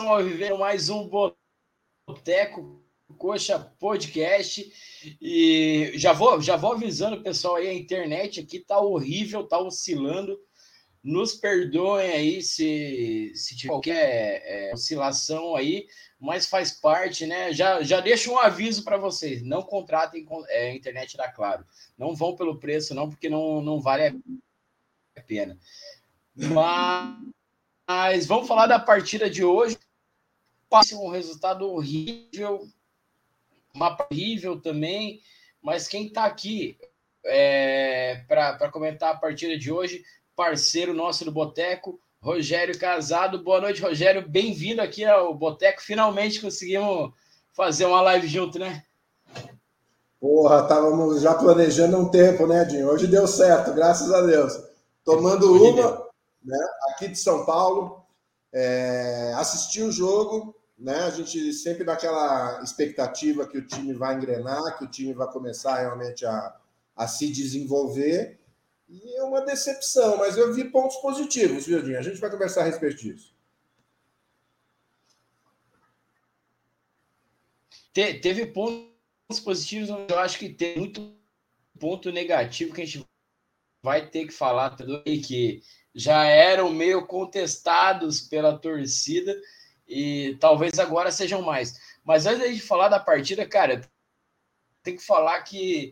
Estamos vivendo mais um Boteco Coxa Podcast. E já vou avisando o pessoal aí, a internet aqui tá horrível, tá oscilando. Nos perdoem aí se tiver qualquer oscilação aí, mas faz parte, né? Já deixo um aviso para vocês: não contratem a internet da Claro. Não vão pelo preço, não, porque não vale a pena. Mas vamos falar da partida de hoje. Um resultado horrível, uma horrível também, mas quem está aqui para comentar a partida de hoje, parceiro nosso do Boteco, Rogério Casado. Boa noite, Rogério, bem-vindo aqui ao Boteco, finalmente conseguimos fazer uma live junto, né? Porra, estávamos já planejando um tempo, né, Dinho? Hoje deu certo, graças a Deus. Tomando uma, né, aqui de São Paulo, assisti o jogo, né? A gente sempre naquela expectativa que o time vai engrenar, que o time vai começar realmente a se desenvolver. E é uma decepção, mas eu vi pontos positivos, viu, Dinho? A gente vai conversar a respeito disso. Teve pontos positivos, eu acho que tem muito ponto negativo que a gente vai ter que falar também, que já eram meio contestados pela torcida e talvez agora sejam mais. Mas antes de falar da partida, cara, tem que falar que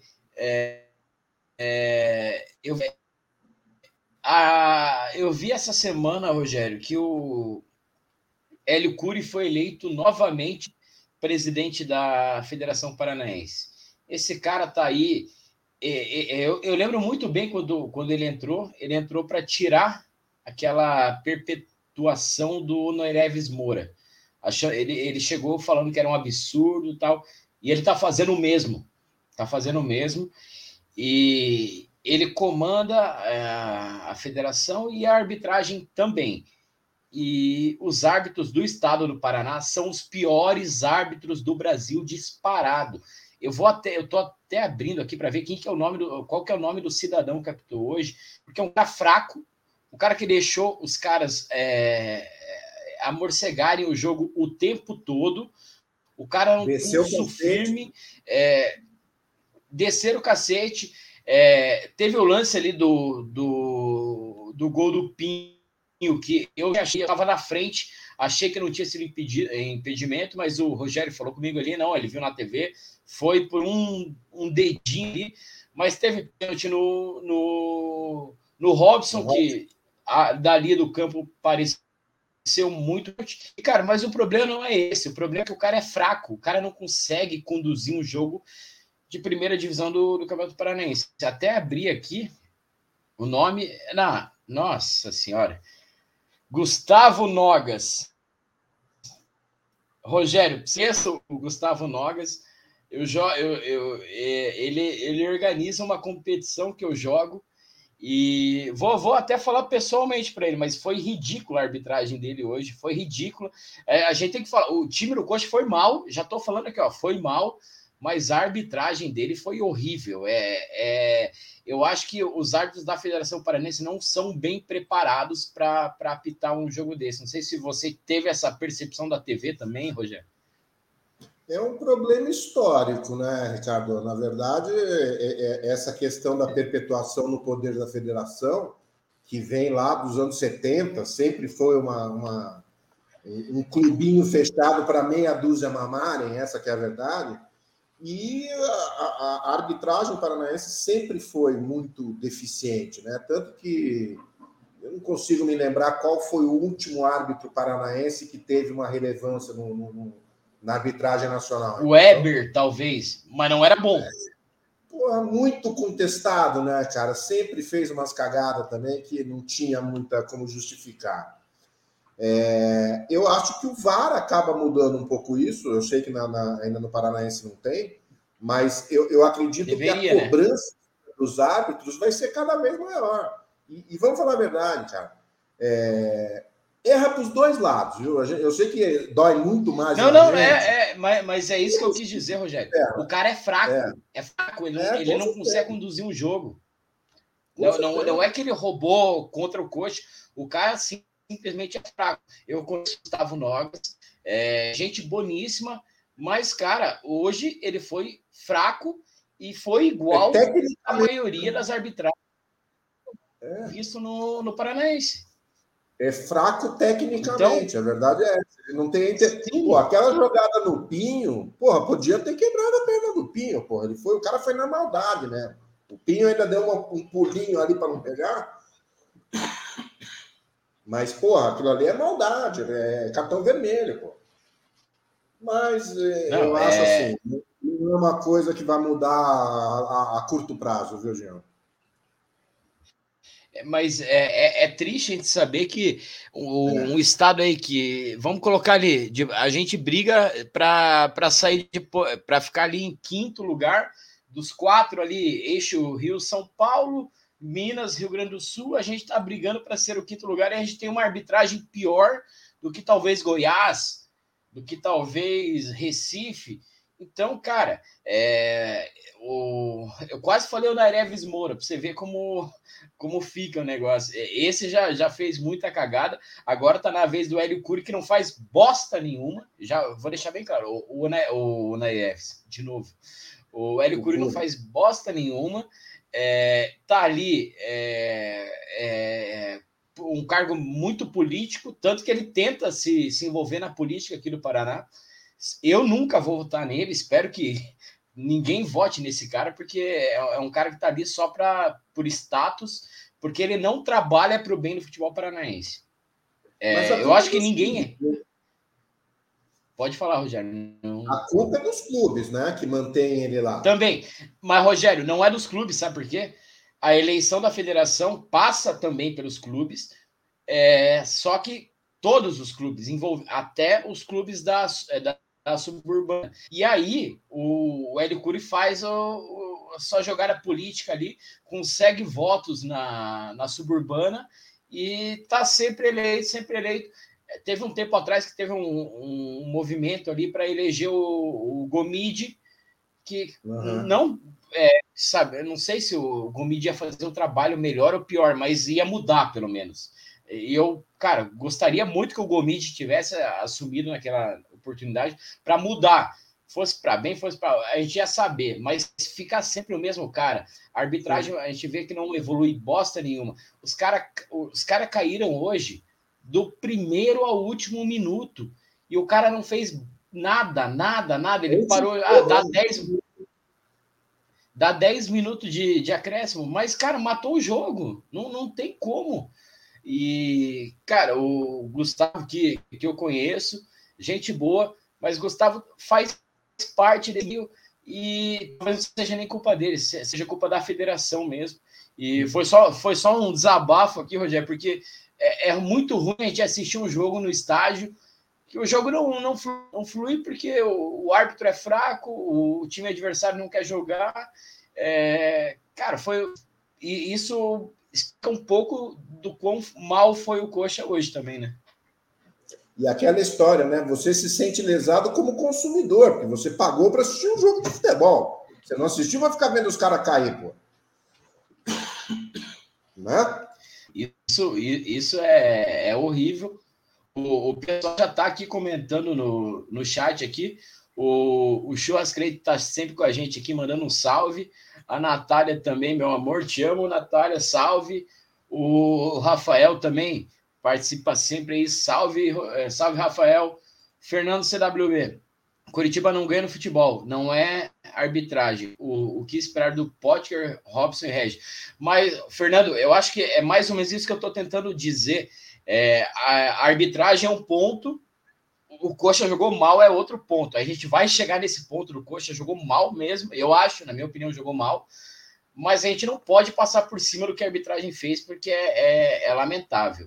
eu vi essa semana, Rogério, que o Hélio Cury foi eleito novamente presidente da Federação Paranaense. Esse cara tá aí. Eu lembro muito bem quando ele entrou para tirar aquela perpetuação do Noereves Moura. Ele chegou falando que era um absurdo e tal, e ele está fazendo o mesmo. Está fazendo o mesmo. E ele comanda a federação e a arbitragem também. E os árbitros do estado do Paraná são os piores árbitros do Brasil, disparado. Eu estou até abrindo aqui para ver qual que é o nome do cidadão que apitou hoje, porque é um cara fraco, um cara que deixou os caras amorcegarem o jogo o tempo todo, o cara é um pulso firme, descer o cacete. Teve o lance ali do gol do Pinho, que eu achei, eu estava na frente, achei que não tinha sido impedimento, mas o Rogério falou comigo ali, não, ele viu na TV, foi por um dedinho ali, mas teve pênalti no Robson, que dali do campo pareceu muito. E, cara, mas o problema não é esse, o problema é que o cara é fraco, o cara não consegue conduzir um jogo de primeira divisão do Campeonato Paranaense. Até abrir aqui o nome. Nossa Senhora. Gustavo Nogas. Rogério, esqueça o Gustavo Nogas. Ele organiza uma competição que eu jogo e vou até falar pessoalmente para ele, mas foi ridícula a arbitragem dele hoje, foi ridícula. A gente tem que falar, o time do Coxa foi mal, já estou falando aqui, ó, foi mal, mas a arbitragem dele foi horrível. Eu acho que os árbitros da Federação Paranense não são bem preparados para apitar um jogo desse. Não sei se você teve essa percepção da TV também, Rogério. É um problema histórico, né, Ricardo? Na verdade, essa questão da perpetuação no poder da federação, que vem lá dos anos 70, sempre foi um clubinho fechado para meia dúzia mamarem, essa que é a verdade. E a arbitragem paranaense sempre foi muito deficiente, né? Tanto que eu não consigo me lembrar qual foi o último árbitro paranaense que teve uma relevância na arbitragem nacional. O Weber, então, talvez, mas não era bom. Muito contestado, né, cara? Sempre fez umas cagadas também que não tinha muita como justificar. Eu acho que o VAR acaba mudando um pouco isso. Eu sei que ainda no Paranaense não tem, mas eu acredito que a cobrança dos árbitros vai ser cada vez maior. E vamos falar a verdade, cara. Erra para os dois lados, viu? Eu sei que dói muito mais. Mas é isso que eu quis dizer, Rogério. O cara é fraco. É fraco. Ele não consegue conduzir um jogo. Não é que ele roubou contra o Coxa. O cara, sim, simplesmente é fraco. Eu conheço o Gustavo Nogas, gente boníssima, mas, cara, hoje ele foi fraco e foi igual a maioria das arbitragens visto no Paranaense. É fraco tecnicamente, Então, a verdade é essa. Ele não tem. sim. Pô, aquela jogada no Pinho, porra, podia ter quebrado a perna do Pinho, porra. O cara foi na maldade, né? O Pinho ainda deu um pulinho ali para não pegar. Mas, porra, aquilo ali é maldade, né? É cartão vermelho, pô. Mas eu acho assim, não é uma coisa que vai mudar a curto prazo, viu, Jean? Mas é triste a gente saber que um estado aí que, vamos colocar ali, a gente briga para sair, para ficar ali em quinto lugar dos 4 ali, eixo Rio-São Paulo, Minas, Rio Grande do Sul, a gente está brigando para ser o quinto lugar e a gente tem uma arbitragem pior do que talvez Goiás, do que talvez Recife. Então, cara, eu quase falei o Nareves Moura, para você ver como fica o negócio. Esse já fez muita cagada. Agora tá na vez do Hélio Cury, que não faz bosta nenhuma. Já vou deixar bem claro. O Naeves, de novo. O Hélio Cury não faz bosta nenhuma. Tá ali um cargo muito político, tanto que ele tenta se envolver na política aqui do Paraná. Eu nunca vou votar nele, espero que ninguém vote nesse cara, porque é um cara que está ali só por status, porque ele não trabalha para o bem do futebol paranaense. Eu acho que ninguém. Pode falar, Rogério. A culpa é dos clubes, né? Que mantém ele lá. Também. Mas, Rogério, não é dos clubes, sabe por quê? A eleição da federação passa também pelos clubes, só que todos os clubes, até os clubes da suburbana. E aí, o Hélio Cury faz sua jogada política ali, consegue votos na suburbana e tá sempre eleito, sempre eleito. Teve um tempo atrás que teve um movimento ali para eleger o Gomide, que não sabe, eu não sei se o Gomide ia fazer um trabalho melhor ou pior, mas ia mudar pelo menos. E eu, cara, gostaria muito que o Gomide tivesse assumido naquela oportunidade para mudar. Fosse para bem, fosse para. A gente ia saber, mas ficar sempre o mesmo cara. A arbitragem, a gente vê que não evolui bosta nenhuma. Os cara caíram hoje do primeiro ao último minuto. E o cara não fez nada. Ele parou. Dá 10 minutos de acréscimo, mas, cara, matou o jogo. Não tem como. E, cara, o Gustavo, que eu conheço, gente boa, mas Gustavo faz parte dele e talvez não seja nem culpa dele, seja culpa da federação mesmo. E foi só um desabafo aqui, Rogério, porque é muito ruim a gente assistir um jogo no estádio que o jogo não flui porque o árbitro é fraco, o time adversário não quer jogar. Cara, e isso explica um pouco do quão mal foi o Coxa hoje também, né? E aquela história, né? Você se sente lesado como consumidor, porque você pagou para assistir um jogo de futebol. Você não assistiu, vai ficar vendo os caras cair, pô. Né? Isso é horrível. O pessoal já está aqui comentando no chat aqui. O Churrascreito está sempre com a gente aqui, mandando um salve. A Natália também, meu amor, te amo, Natália, salve. O Rafael também participa sempre aí, salve, Rafael. Fernando CWB, Curitiba não ganha no futebol, não é arbitragem. O que esperar do Potker, Robson e Regis? Mas, Fernando, eu acho que é mais ou menos isso que eu estou tentando dizer. A arbitragem é um ponto, o Coxa jogou mal é outro ponto. A gente vai chegar nesse ponto do Coxa, jogou mal mesmo, eu acho, na minha opinião, jogou mal, mas a gente não pode passar por cima do que a arbitragem fez, porque é lamentável.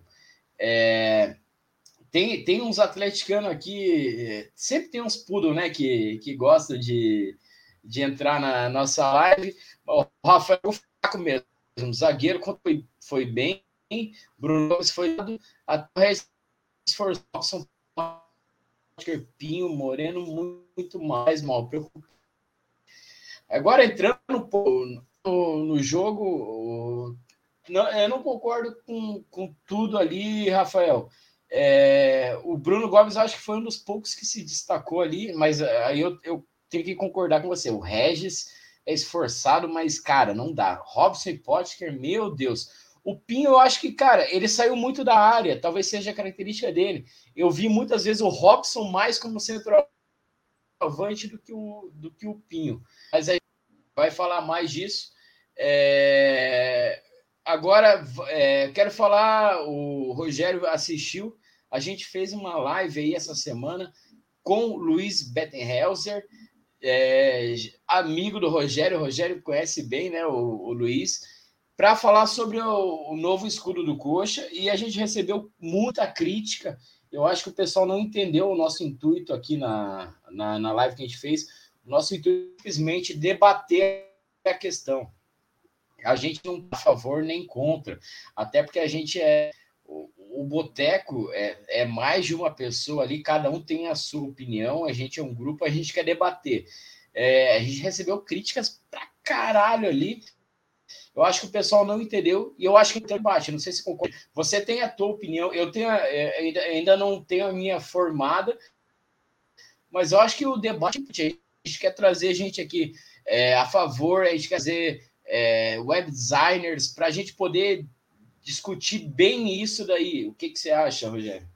Tem uns atleticanos aqui, sempre tem uns poodle, né, que gostam de entrar na nossa live. O Rafael foi fraco mesmo, zagueiro foi bem, Bruno Gomes foi até esforçado, São Paulo, Pinho, Moreno, muito mais mal preocupado. Agora, entrando no jogo, Não, eu não concordo com tudo ali, Rafael. O Bruno Gomes, eu acho que foi um dos poucos que se destacou ali, mas aí eu tenho que concordar com você. O Regis é esforçado, mas, cara, não dá. Robson e Potker, meu Deus. O Pinho, eu acho que, cara, ele saiu muito da área, talvez seja a característica dele. Eu vi muitas vezes o Robson mais como centroavante do que o Pinho. Mas aí vai falar mais disso. Agora, quero falar, o Rogério assistiu, a gente fez uma live aí essa semana com o Luiz Bettenhauser, amigo do Rogério. O Rogério conhece bem, né, o Luiz, para falar sobre o novo escudo do Coxa, e a gente recebeu muita crítica. Eu acho que o pessoal não entendeu o nosso intuito aqui na live que a gente fez. O nosso intuito é simplesmente debater a questão. A gente não está a favor nem contra, até porque a gente o boteco é mais de uma pessoa ali, cada um tem a sua opinião, a gente é um grupo, a gente quer debater. A gente recebeu críticas pra caralho ali. Eu acho que o pessoal não entendeu e eu acho que tem debate. Não sei se concorda. Você tem a tua opinião, eu tenho ainda não tenho a minha formada, mas eu acho que o debate, a gente quer trazer gente aqui a favor, a gente quer trazer web designers para a gente poder discutir bem isso daí. O que você acha, Rogério?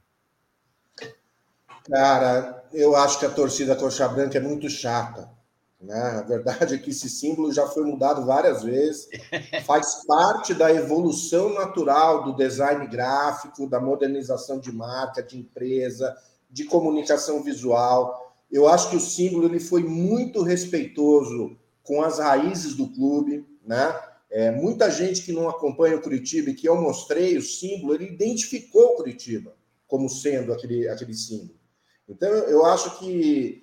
Cara, eu acho que a torcida Coxa Branca é muito chata, né? A verdade é que esse símbolo já foi mudado várias vezes, faz parte da evolução natural do design gráfico, da modernização de marca, de empresa, de comunicação visual. Eu acho que o símbolo ele foi muito respeitoso com as raízes do clube, né? Muita gente que não acompanha o Curitiba e que eu mostrei o símbolo, ele identificou o Curitiba como sendo aquele símbolo. Então, eu acho que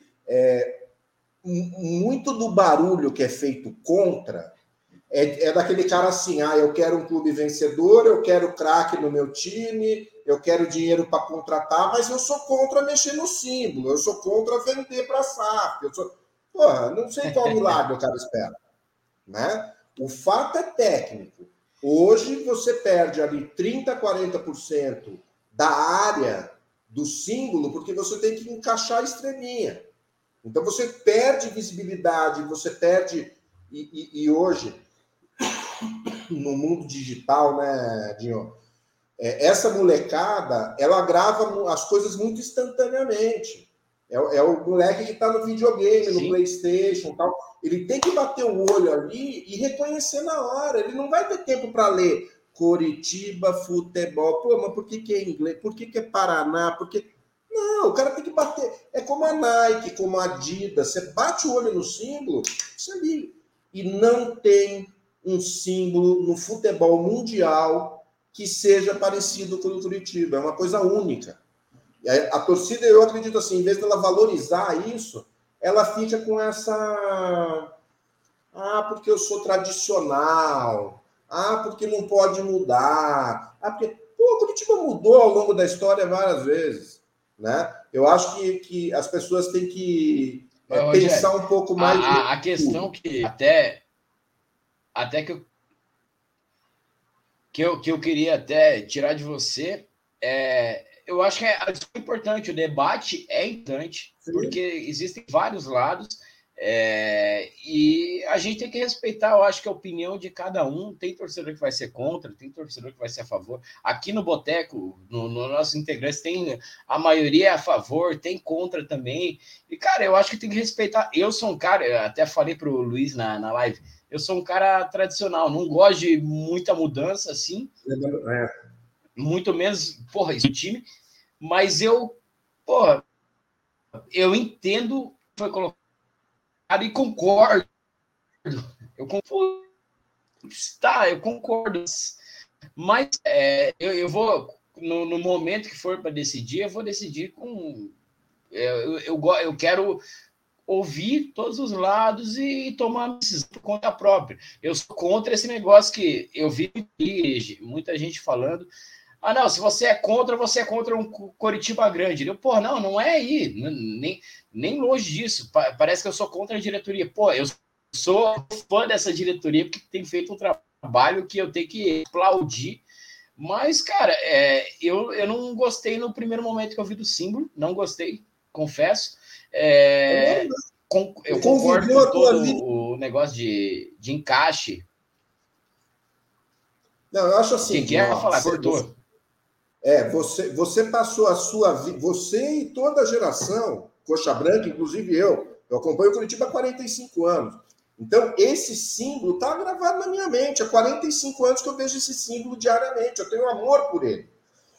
muito do barulho que é feito contra é daquele cara assim, eu quero um clube vencedor, eu quero craque no meu time, eu quero dinheiro para contratar, mas eu sou contra mexer no símbolo, eu sou contra vender para a SAF. Porra, não sei qual milagre o cara espera. Né? O fato é técnico. Hoje você perde ali 30%, 40% da área do símbolo porque você tem que encaixar a estrelinha. Então você perde visibilidade, você perde. E hoje, no mundo digital, né, Dinho? Essa molecada, ela grava as coisas muito instantaneamente. É o moleque que está no videogame, Sim. no PlayStation e tal. Ele tem que bater o olho ali e reconhecer na hora. Ele não vai ter tempo para ler Coritiba Futebol. Pô, mas por que é inglês? Por que é Paraná? Por que... Não, o cara tem que bater. É como a Nike, como a Adidas. Você bate o olho no símbolo, isso ali. E não tem um símbolo no futebol mundial que seja parecido com o Curitiba. É uma coisa única. E a torcida, eu acredito assim, em vez dela valorizar isso, ela fica com essa... porque eu sou tradicional. Porque não pode mudar. Porque... Pô, o Curitiba mudou ao longo da história várias vezes. Né? Eu acho que as pessoas têm que pensar um pouco mais... A questão que até que eu queria até tirar de você eu acho que é importante, o debate é importante, Sim. porque existem vários lados e a gente tem que respeitar, eu acho que a opinião de cada um. Tem torcedor que vai ser contra, tem torcedor que vai ser a favor. Aqui no Boteco, no nossos integrantes, tem a maioria é a favor, tem contra também. E, cara, eu acho que tem que respeitar. Eu sou um cara, eu até falei pro Luiz na live, eu sou um cara tradicional, não gosto de muita mudança, assim. Muito menos, porra, isso time. Mas eu entendo que foi colocado e concordo. Eu concordo. Mas eu vou, no momento que for para decidir, eu vou decidir com... Eu quero ouvir todos os lados e tomar uma decisão por conta própria. Eu sou contra esse negócio que eu vi muita gente falando. Não, se você é contra um Coritiba grande. Pô, não é aí, nem longe disso. Parece que eu sou contra a diretoria. Pô, eu sou fã dessa diretoria porque tem feito um trabalho trabalho que eu tenho que aplaudir. Mas, cara, eu não gostei no primeiro momento que eu vi do símbolo, não gostei, confesso. Eu concordo com todo o negócio de encaixe. Não, eu acho assim. Quem quer falar, cortou. Você passou a sua vida, você e toda a geração, Coxa Branca, inclusive eu acompanho o Curitiba há 45 anos. Então, esse símbolo está gravado na minha mente. Há 45 anos que eu vejo esse símbolo diariamente. Eu tenho amor por ele.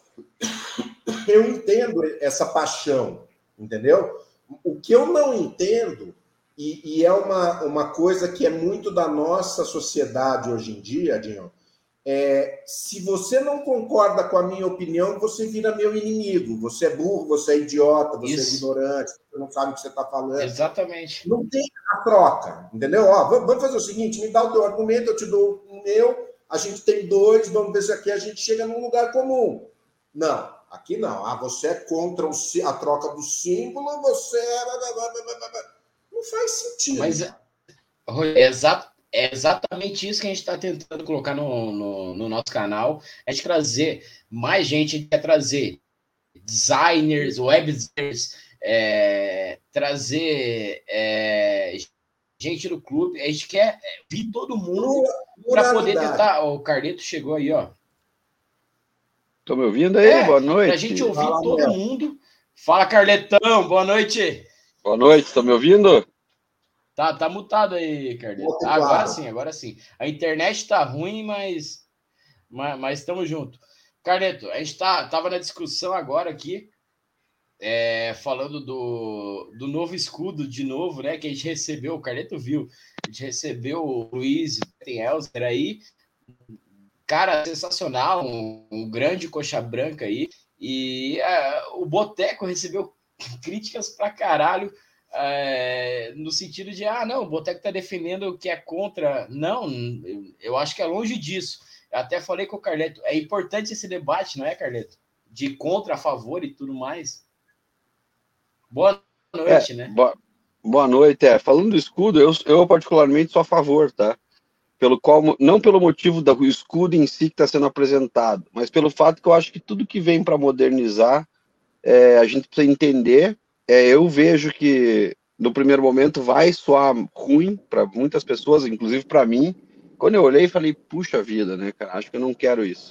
Eu entendo essa paixão, entendeu? O que eu não entendo, e é uma coisa que é muito da nossa sociedade hoje em dia, Adinho, se você não concorda com a minha opinião, você vira meu inimigo. Você é burro, você é idiota, você é ignorante, você não sabe o que você está falando. Exatamente. Não tem a troca, entendeu? Vamos fazer o seguinte, me dá o teu argumento, eu te dou o meu, a gente tem dois, vamos ver se aqui a gente chega num lugar comum. Não, aqui não. Você é contra a troca do símbolo, você não faz sentido. Mas é exatamente isso que a gente está tentando colocar no nosso canal. É de trazer mais gente, a gente quer trazer designers, web designers, trazer gente do clube. A gente quer vir todo mundo para poder tentar. O Carleto chegou aí, ó. Estão me ouvindo aí? Boa noite. Para a gente ouvir todo mundo. Fala, Carletão, boa noite. Boa noite, estão me ouvindo? Tá mutado aí, Carleto. Agora sim. A internet tá ruim, mas estamos juntos. Carleto, a gente tava na discussão agora aqui, falando do novo escudo de novo, né? Que a gente recebeu, o Carleto viu, a gente recebeu o Luiz Elzer aí, cara, sensacional, um grande coxa branca aí, e o Boteco recebeu críticas pra caralho, no sentido de, não, o Boteco tá defendendo que é contra. Não, eu acho que é longe disso. Eu até falei com o Carleto, é importante esse debate, não é, Carleto? De contra, a favor e tudo mais. Boa noite, né? Boa noite. Falando do escudo, eu particularmente sou a favor, tá? Não pelo motivo do escudo em si que está sendo apresentado, mas pelo fato que eu acho que tudo que vem para modernizar, a gente precisa entender. Eu vejo que no primeiro momento vai soar ruim para muitas pessoas, inclusive para mim. Quando eu olhei, falei, puxa vida, né, cara? Acho que eu não quero isso.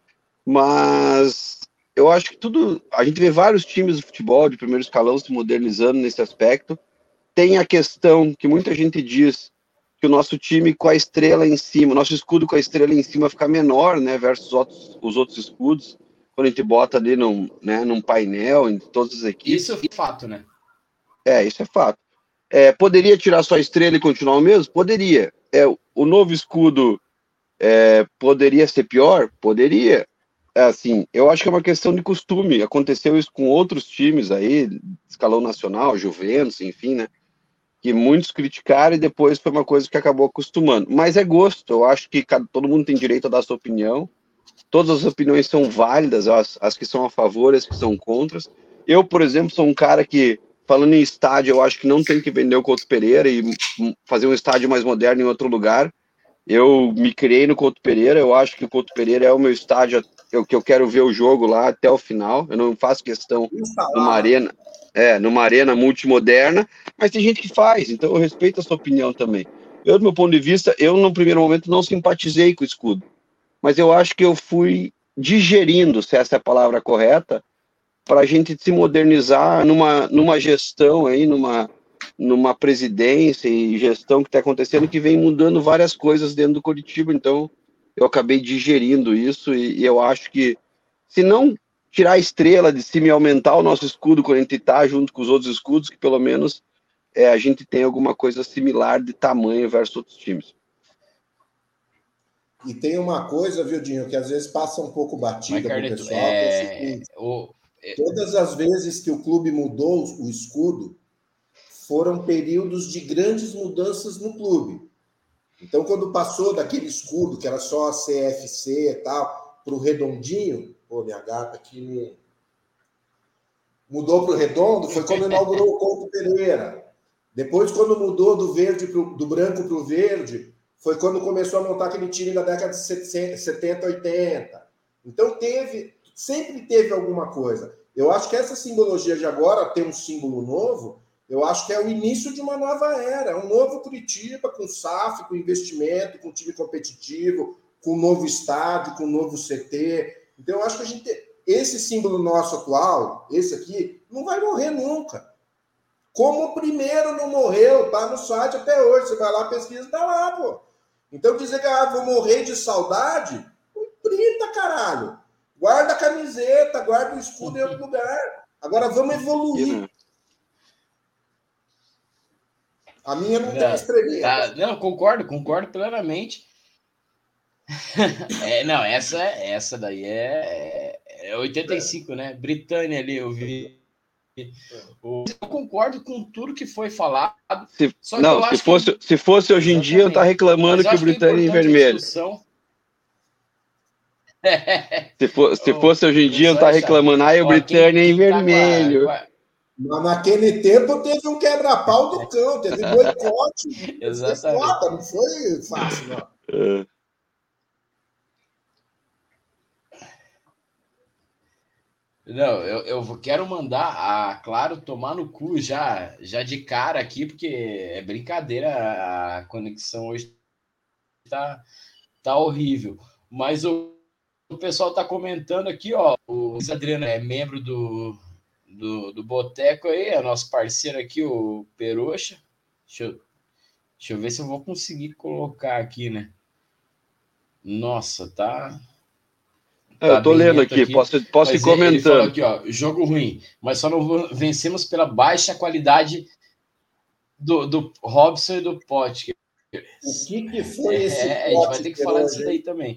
Mas eu acho que a gente vê vários times de futebol de primeiro escalão se modernizando nesse aspecto. Tem a questão que muita gente diz que o nosso time com a estrela em cima, nosso escudo com a estrela em cima fica menor, né, versus os outros escudos, quando a gente bota ali num painel, em todas as equipes. Isso é fato, né? Isso é fato. Poderia tirar só a estrela e continuar o mesmo? Poderia. O novo escudo poderia ser pior? Poderia. Assim, eu acho que é uma questão de costume. Aconteceu isso com outros times aí, escalão nacional, Juventus, enfim, né? Que muitos criticaram e depois foi uma coisa que acabou acostumando. Mas é gosto, eu acho que todo mundo tem direito a dar a sua opinião. Todas as opiniões são válidas, as que são a favor, as que são contras. Eu, por exemplo, sou um cara que, falando em estádio, eu acho que não tem que vender o Couto Pereira e fazer um estádio mais moderno em outro lugar. Eu me criei no Couto Pereira, eu acho que o Couto Pereira é o meu estádio, que eu quero ver o jogo lá até o final. Eu não faço questão numa arena multimoderna, mas tem gente que faz, então eu respeito a sua opinião também. Eu, do meu ponto de vista, no primeiro momento não simpatizei com o escudo, mas eu acho que eu fui digerindo, se essa é a palavra correta, para a gente se modernizar numa gestão aí, numa presidência e gestão que está acontecendo, que vem mudando várias coisas dentro do Curitiba. Então eu acabei digerindo isso e eu acho que, se não tirar a estrela de cima e aumentar o nosso escudo quando a gente está junto com os outros escudos, que pelo menos a gente tem alguma coisa similar de tamanho versus outros times. E tem uma coisa, viu, Dinho, que às vezes passa um pouco batida para o pessoal, que é o seguinte, todas as vezes que o clube mudou o escudo, foram períodos de grandes mudanças no clube. Então, quando passou daquele escudo, que era só a CFC e tal, para o redondinho, minha gata aqui mudou para o redondo, foi quando inaugurou o Couto Pereira. Depois, quando mudou do branco para o verde, Foi quando começou a montar aquele time da década de 70, 80. Então sempre teve alguma coisa. Eu acho que essa simbologia de agora ter um símbolo novo, eu acho que é o início de uma nova era, um novo Curitiba com SAF, com investimento, com time competitivo, com novo estádio, com novo CT. Então eu acho que esse símbolo nosso atual, esse aqui, não vai morrer nunca. Como o primeiro não morreu, tá no site até hoje. Você vai lá, pesquisa, tá lá, pô. Então dizer que vou morrer de saudade, printa, caralho. Guarda a camiseta, guarda o escudo em outro lugar. Agora vamos evoluir. A minha não tem estrelinha. Não, concordo plenamente. Não, essa daí é 85, né? Britânia ali, eu vi. Eu concordo com tudo que foi falado. Se fosse hoje em dia, eu tá reclamando que o Britânia é em vermelho. Se fosse hoje em dia, eu tá reclamando, o Britânia é em vermelho. Mas naquele tempo teve um quebra-pau do cão, teve boicote. Exatamente. Não foi fácil, não. Não, eu quero mandar Claro tomar no cu já de cara aqui, porque é brincadeira, a conexão hoje tá horrível. Mas o pessoal tá comentando aqui, ó, o Adriano é membro do Boteco aí, é nosso parceiro aqui, o Peroxa. Deixa eu ver se eu vou conseguir colocar aqui, né? Nossa, tá... Eu tô lendo aqui, posso ir comentando. Ele falou aqui, ó, jogo ruim, mas só não vencemos pela baixa qualidade do Robson e do Potker. O que foi esse A gente vai ter que falar disso daí também.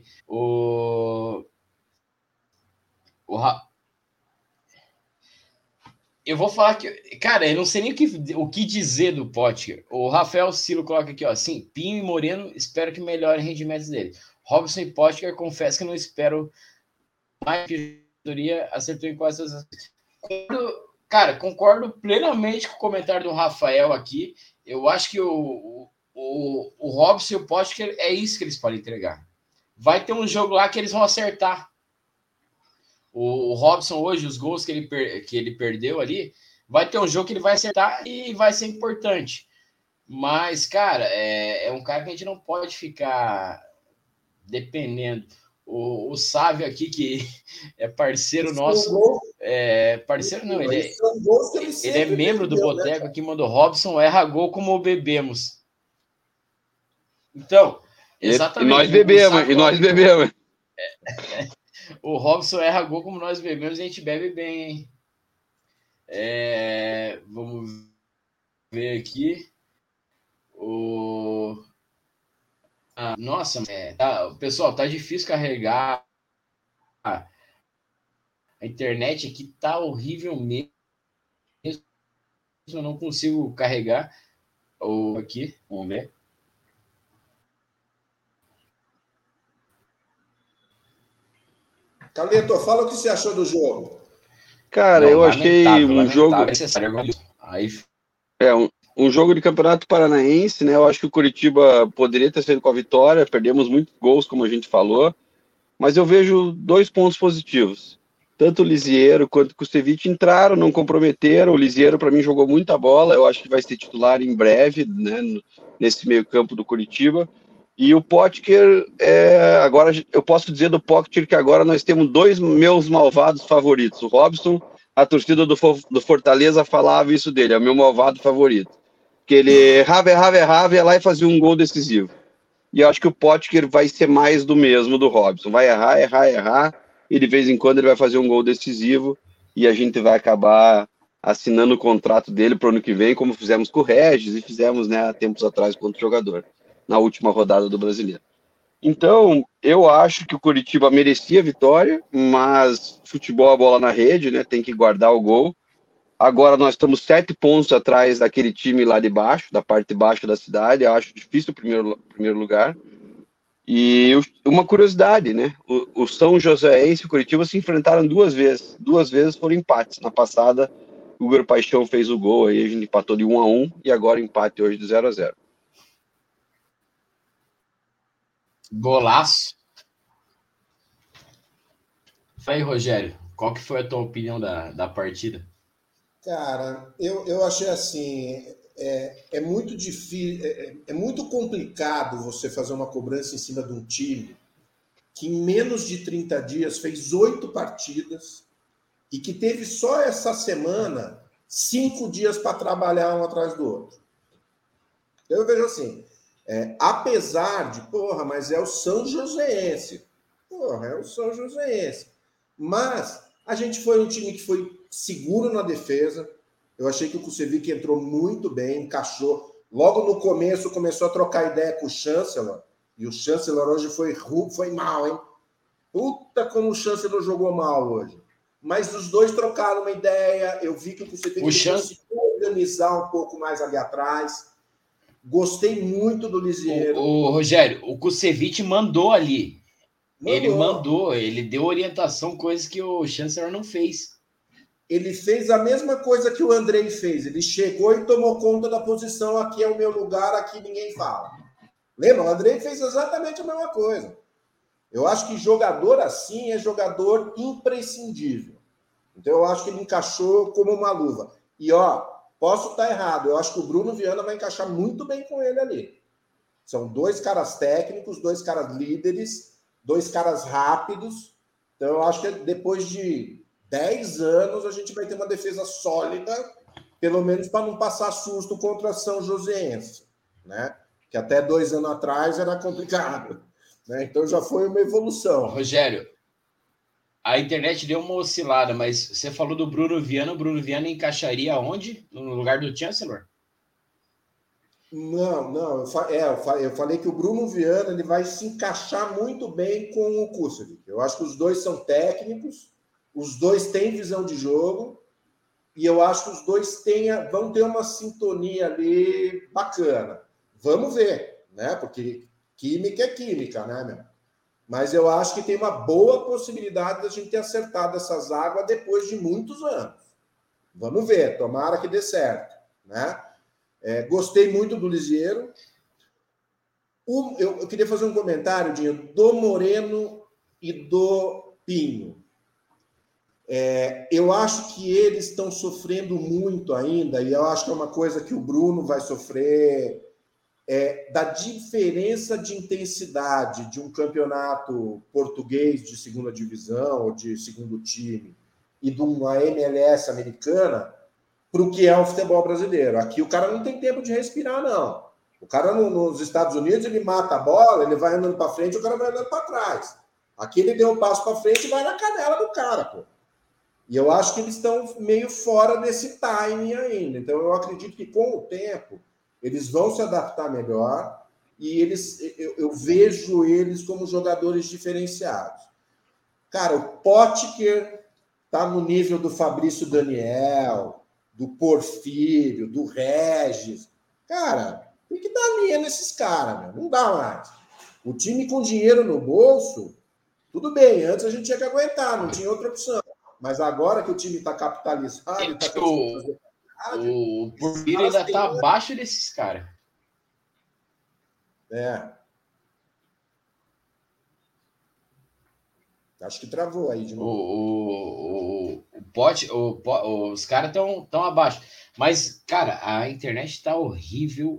Eu vou falar que... Cara, eu não sei nem o que dizer do Potker. O Rafael Silo coloca aqui, ó, sim, Pinho e Moreno, espero que melhorem os rendimentos dele. Robson e Potker, confesso que não espero mais que a diretoria acertou em quase todas as... Cara, concordo plenamente com o comentário do Rafael aqui. Eu acho que o Robson e o Potker é isso que eles podem entregar. Vai ter um jogo lá que eles vão acertar. O Robson hoje, os gols que ele perdeu ali, vai ter um jogo que ele vai acertar e vai ser importante. Mas, cara, é um cara que a gente não pode ficar dependendo. O Sávio aqui, que é parceiro nosso, parceiro não, ele é membro do Boteco, aqui mandou Robson, erra gol como bebemos. Então, exatamente. E nós bebemos. O Robson erra gol como nós bebemos e a gente bebe bem, hein? Vamos ver aqui. Nossa, pessoal, tá difícil carregar. A internet aqui tá horrível mesmo. Eu não consigo carregar. Aqui, vamos ver. Carleto, fala o que você achou do jogo. Cara, eu achei um jogo... Um jogo de Campeonato Paranaense, né? Eu acho que o Curitiba poderia ter sido com a vitória, perdemos muitos gols, como a gente falou, mas eu vejo 2 pontos positivos. Tanto o Lisiero quanto o Kusevich entraram, não comprometeram. O Lisiero, para mim, jogou muita bola, eu acho que vai ser titular em breve, né? Nesse meio campo do Curitiba. E o Potker, agora eu posso dizer do Potker que agora nós temos 2 meus malvados favoritos. O Robson, a torcida do Fortaleza falava isso dele, é o meu malvado favorito. Que ele errava, ia lá e fazia um gol decisivo. E eu acho que o Potker vai ser mais do mesmo do Robson. Vai errar, e de vez em quando ele vai fazer um gol decisivo, e a gente vai acabar assinando o contrato dele para o ano que vem, como fizemos com o Regis, e fizemos, né, há tempos atrás com outro jogador, na última rodada do Brasileiro. Então, eu acho que o Curitiba merecia a vitória, mas futebol a bola na rede, né, tem que guardar o gol. Agora nós estamos 7 pontos atrás daquele time lá de baixo, da parte de baixo da cidade. Eu acho difícil o primeiro lugar. E uma curiosidade, né? O São Joséense e o Curitiba se enfrentaram 2 vezes. 2 vezes foram empates. Na passada, o Igor Paixão fez o gol, aí a gente empatou de 1-1 e agora empate hoje de 0-0. Golaço. Vai, Rogério, qual que foi a tua opinião da partida? Cara, eu achei assim, é muito difícil, é muito complicado você fazer uma cobrança em cima de um time que em menos de 30 dias fez 8 partidas e que teve só essa semana 5 dias para trabalhar um atrás do outro. Eu vejo assim, apesar de, porra, mas é o São Joséense. Porra, é o São Joséense. Mas a gente foi um time que foi seguro na defesa. Eu achei que o Kusevich entrou muito bem, encaixou. Logo no começo começou a trocar ideia com o Chancellor. E o Chancellor hoje foi mal, hein? Puta como o Chancellor jogou mal hoje. Mas os dois trocaram uma ideia. Eu vi que o Kusevich conseguiu organizar um pouco mais ali atrás. Gostei muito do Lisieiro. O Rogério, o Kusevich mandou ali. Ele deu orientação, coisas que o Chancellor não fez. Ele fez a mesma coisa que o Andrei fez. Ele chegou e tomou conta da posição. Aqui é o meu lugar, aqui ninguém fala. Lembra? O Andrei fez exatamente a mesma coisa. Eu acho que jogador assim é jogador imprescindível. Então eu acho que ele encaixou como uma luva. E ó, posso estar errado. Eu acho que o Bruno Viana vai encaixar muito bem com ele ali. São 2 caras técnicos, 2 caras líderes, 2 caras rápidos. Então eu acho que depois de 10 anos a gente vai ter uma defesa sólida, pelo menos para não passar susto contra a São Joséense, né? Que até 2 anos atrás era complicado, né? Então já foi uma evolução. Rogério, a internet deu uma oscilada, mas você falou do Bruno Viana. O Bruno Viana encaixaria onde? No lugar do Chancellor? Não. Eu falei que o Bruno Viana ele vai se encaixar muito bem com o Kusevich. Eu acho que os dois são técnicos, os dois têm visão de jogo, e eu acho que os dois vão ter uma sintonia ali bacana. Vamos ver, né? Porque química é química, né, meu? Mas eu acho que tem uma boa possibilidade da gente ter acertado essas águas depois de muitos anos. Vamos ver, tomara que dê certo, né? Gostei muito do Lisieiro. Eu queria fazer um comentário, Dinho, do Moreno e do Pinho. Eu acho que eles estão sofrendo muito ainda, e eu acho que é uma coisa que o Bruno vai sofrer, da diferença de intensidade de um campeonato português de segunda divisão ou de segundo time e de uma MLS americana para o que é o futebol brasileiro. Aqui o cara não tem tempo de respirar, não. O cara nos Estados Unidos, ele mata a bola, ele vai andando para frente, o cara vai andando para trás. Aqui ele deu um passo para frente e vai na canela do cara, pô. E eu acho que eles estão meio fora desse timing ainda. Então eu acredito que com o tempo eles vão se adaptar melhor e eu vejo eles como jogadores diferenciados. Cara, o Potker tá no nível do Fabrício Daniel, do Porfírio, do Regis. Cara, tem que dar linha nesses caras, meu. Não dá mais. O time com dinheiro no bolso, tudo bem, antes a gente tinha que aguentar, não tinha outra opção. Mas agora que o time está capitalizado, está conseguindo fazer. O Porfírio ainda está abaixo desses caras. Acho que travou aí de novo. Os caras estão abaixo. Mas, cara, a internet está horrível.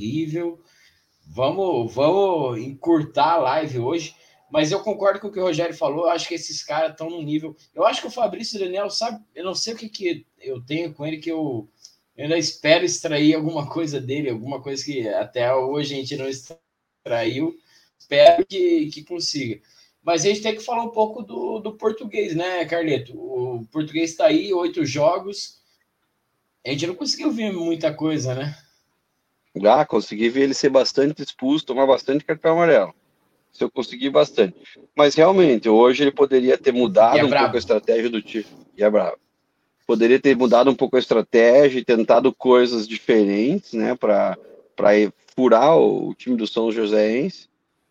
Vamos encurtar a live hoje. Mas eu concordo com o que o Rogério falou. Eu acho que esses caras estão no nível. Eu acho que o Fabrício Daniel, sabe? Eu não sei o que eu tenho com ele, que eu ainda espero extrair alguma coisa dele, alguma coisa que até hoje a gente não extraiu. Espero que consiga. Mas a gente tem que falar um pouco do português, né, Carleto? O português está aí, 8 jogos. A gente não conseguiu ver muita coisa, né? Consegui ver ele ser bastante expulso, tomar bastante cartão amarelo. Se eu conseguir bastante. Mas realmente, hoje ele poderia ter mudado pouco a estratégia do time. E é bravo. Poderia ter mudado um pouco a estratégia e tentado coisas diferentes, né, para furar o time do São Joséense.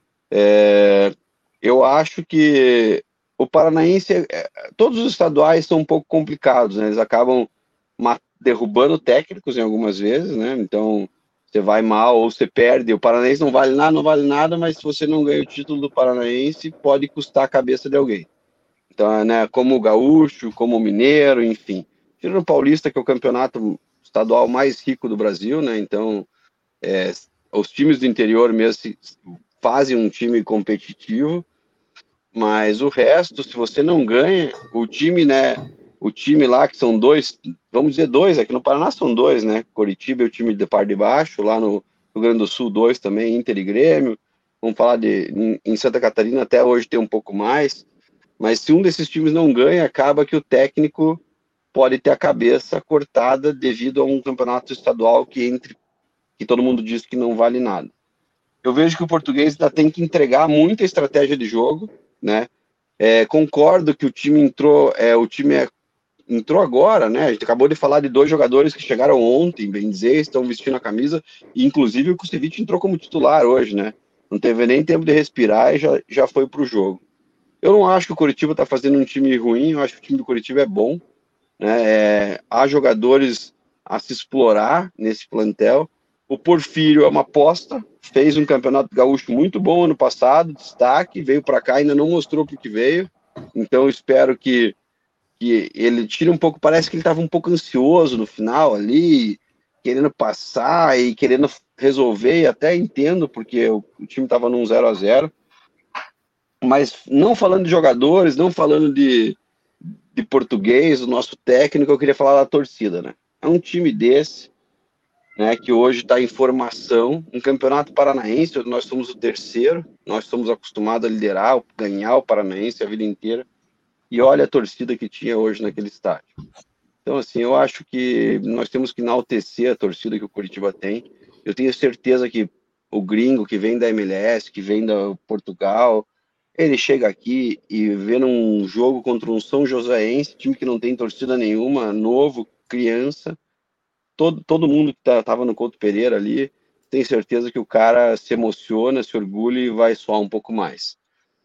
Eu acho que o Paranaense, todos os estaduais são um pouco complicados, né? Eles acabam derrubando técnicos em algumas vezes, né? Então, você vai mal ou você perde. O Paranaense não vale nada, mas se você não ganha o título do Paranaense, pode custar a cabeça de alguém. Então, né, como o Gaúcho, como o Mineiro, enfim. Tira o Paulista, que é o campeonato estadual mais rico do Brasil, né? Então, os times do interior mesmo fazem um time competitivo, mas o resto, se você não ganha, o time, né? O time lá, que são dois, vamos dizer dois, aqui no Paraná são dois, né? Coritiba é o time de par de baixo, lá no Rio Grande do Sul, dois também, Inter e Grêmio. Vamos falar em Santa Catarina, até hoje tem um pouco mais. Mas se um desses times não ganha, acaba que o técnico pode ter a cabeça cortada devido a um campeonato estadual que todo mundo diz que não vale nada. Eu vejo que o Português ainda tem que entregar muita estratégia de jogo, né? Concordo que o time entrou agora, né? A gente acabou de falar de 2 jogadores que chegaram ontem, bem dizer, estão vestindo a camisa, e inclusive o Kusevich entrou como titular hoje, né? Não teve nem tempo de respirar e já foi para o jogo. Eu não acho que o Coritiba está fazendo um time ruim, eu acho que o time do Coritiba é bom, né? Há jogadores a se explorar nesse plantel. O Porfírio é uma aposta, fez um campeonato gaúcho muito bom ano passado, destaque, veio para cá, ainda não mostrou para o que veio, então eu espero que ele tire um pouco, parece que ele estava um pouco ansioso no final ali, querendo passar e querendo resolver, e até entendo, porque o time estava num 0-0, mas não falando de jogadores, não falando de português, o nosso técnico, eu queria falar da torcida, né? É um time desse, né, que hoje está em formação, um campeonato paranaense, nós somos o terceiro, nós somos acostumados a liderar, ganhar o Paranaense a vida inteira, e olha a torcida que tinha hoje naquele estádio. Então, assim, eu acho que nós temos que enaltecer a torcida que o Coritiba tem. Eu tenho certeza que o gringo que vem da MLS, que vem da Portugal, ele chega aqui e vê um jogo contra um São Joséense, time que não tem torcida nenhuma, novo, criança, todo mundo que estava no Couto Pereira ali, tem certeza que o cara se emociona, se orgulha e vai soar um pouco mais.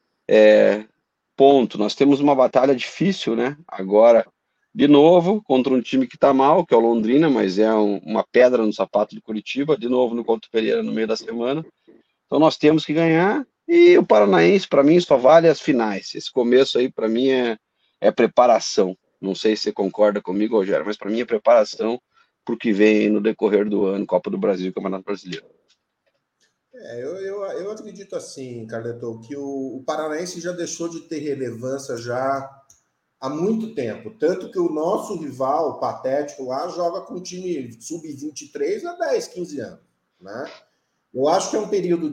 Ponto. Nós temos uma batalha difícil, né? Agora, de novo, contra um time que está mal, que é o Londrina, mas é uma pedra no sapato do Curitiba, de novo no Couto Pereira no meio da semana. Então nós temos que ganhar, e o Paranaense, para mim, só vale as finais. Esse começo aí, para mim, é preparação. Não sei se você concorda comigo, Rogério, mas para mim é preparação para o que vem no decorrer do ano, Copa do Brasil e Campeonato Brasileiro. Eu acredito assim, Carleto, que o Paranaense já deixou de ter relevância já há muito tempo. Tanto que o nosso rival, o Patético, lá joga com um time sub-23 há 10, 15 anos. Né? Eu acho que é um período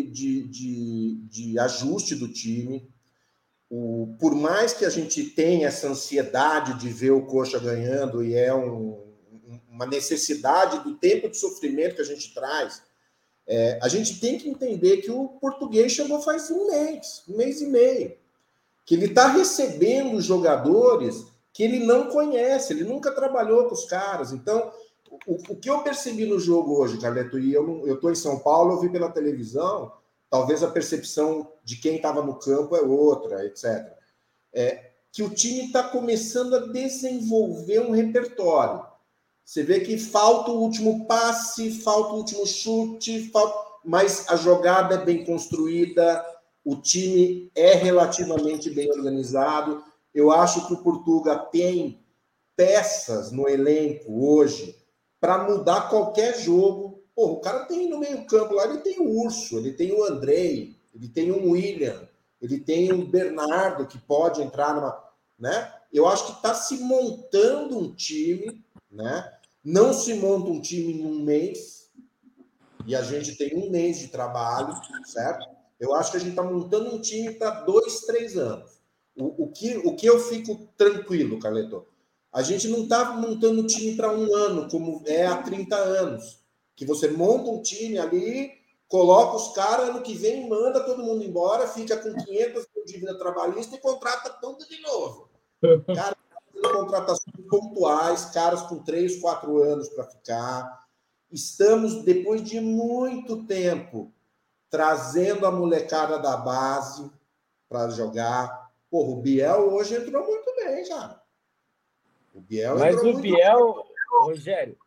de ajuste do time. Por mais que a gente tenha essa ansiedade de ver o Coxa ganhando, e é uma necessidade do tempo de sofrimento que a gente traz, a gente tem que entender que o Português chegou faz um mês e meio, que ele está recebendo jogadores que ele não conhece, ele nunca trabalhou com os caras. Então, o que eu percebi no jogo hoje, Carleto, e eu estou em São Paulo, eu vi pela televisão, talvez a percepção de quem estava no campo é outra, etc. Que o time está começando a desenvolver um repertório. Você vê que falta o último passe, falta o último chute, mas a jogada é bem construída, o time é relativamente bem organizado. Eu acho que o Portuga tem peças no elenco hoje para mudar qualquer jogo. Pô, o cara tem no meio-campo lá, ele tem o Urso, ele tem o Andrei, ele tem o William, ele tem o Bernardo que pode entrar numa. Né? Eu acho que está se montando um time, né? Não se monta um time em um mês, e a gente tem um mês de trabalho, certo? Eu acho que a gente está montando um time para 2, 3 anos. O que eu fico tranquilo, Carleto? A gente não está montando um time para um ano, como é há 30 anos. Que você monta um time ali, coloca os caras, ano que vem manda todo mundo embora, fica com 500 de dívida trabalhista e contrata tudo de novo. Cara, contratações pontuais, caras com 3, 4 anos para ficar. Estamos, depois de muito tempo, trazendo a molecada da base para jogar. Porra, o Biel hoje entrou muito bem, cara. O Biel Mas entrou o muito Biel, Rogério,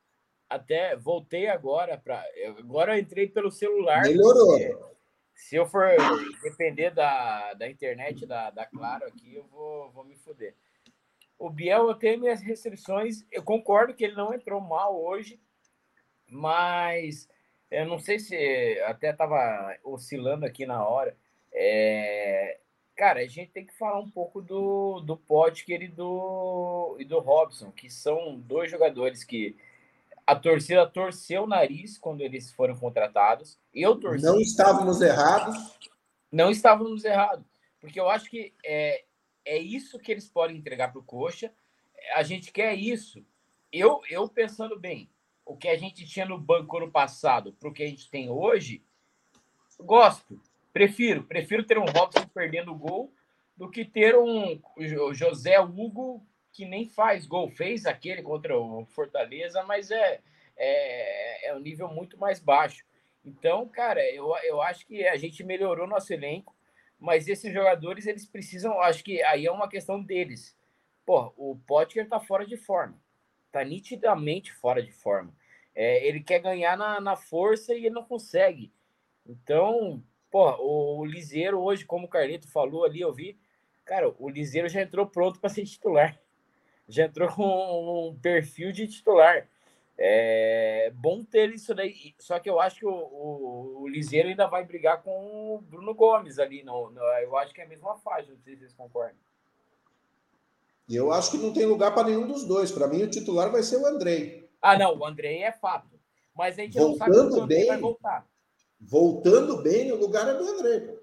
até voltei agora agora eu entrei pelo celular. Melhorou. Se eu for depender da internet da Claro aqui, eu vou me foder. O Biel, eu tenho minhas restrições. Eu concordo que ele não entrou mal hoje, mas eu não sei se até estava oscilando aqui na hora. Cara, a gente tem que falar um pouco do Potker e do Robson, que são dois jogadores que a torcida torceu o nariz quando eles foram contratados. Eu torci. Não estávamos errados. Não estávamos errados. Porque eu acho que é isso que eles podem entregar para o Coxa. A gente quer isso. Eu pensando bem, o que a gente tinha no banco ano passado para o que a gente tem hoje, gosto. Prefiro ter um Robson perdendo gol do que ter um José Hugo que nem faz gol. Fez aquele contra o Fortaleza, mas é um nível muito mais baixo. Então, cara, eu acho que a gente melhorou nosso elenco, mas esses jogadores, eles precisam... Acho que aí é uma questão deles. Pô, o Potker tá fora de forma. Tá nitidamente fora de forma. Ele quer ganhar na força e ele não consegue. Então, pô, o Liseiro hoje, como o Carleto falou ali, eu vi, cara, o Liseiro já entrou pronto para ser titular. Já entrou com um perfil de titular. É bom ter isso daí. Só que eu acho que o Liseiro ainda vai brigar com o Bruno Gomes ali. Eu acho que é a mesma faixa, não sei se vocês concordam. E eu acho que não tem lugar para nenhum dos dois. Para mim, o titular vai ser o Andrei. Ah, não, o Andrei é fato. Mas a gente não sabe quando o Andrei vai voltar. Voltando bem, o lugar é do Andrei.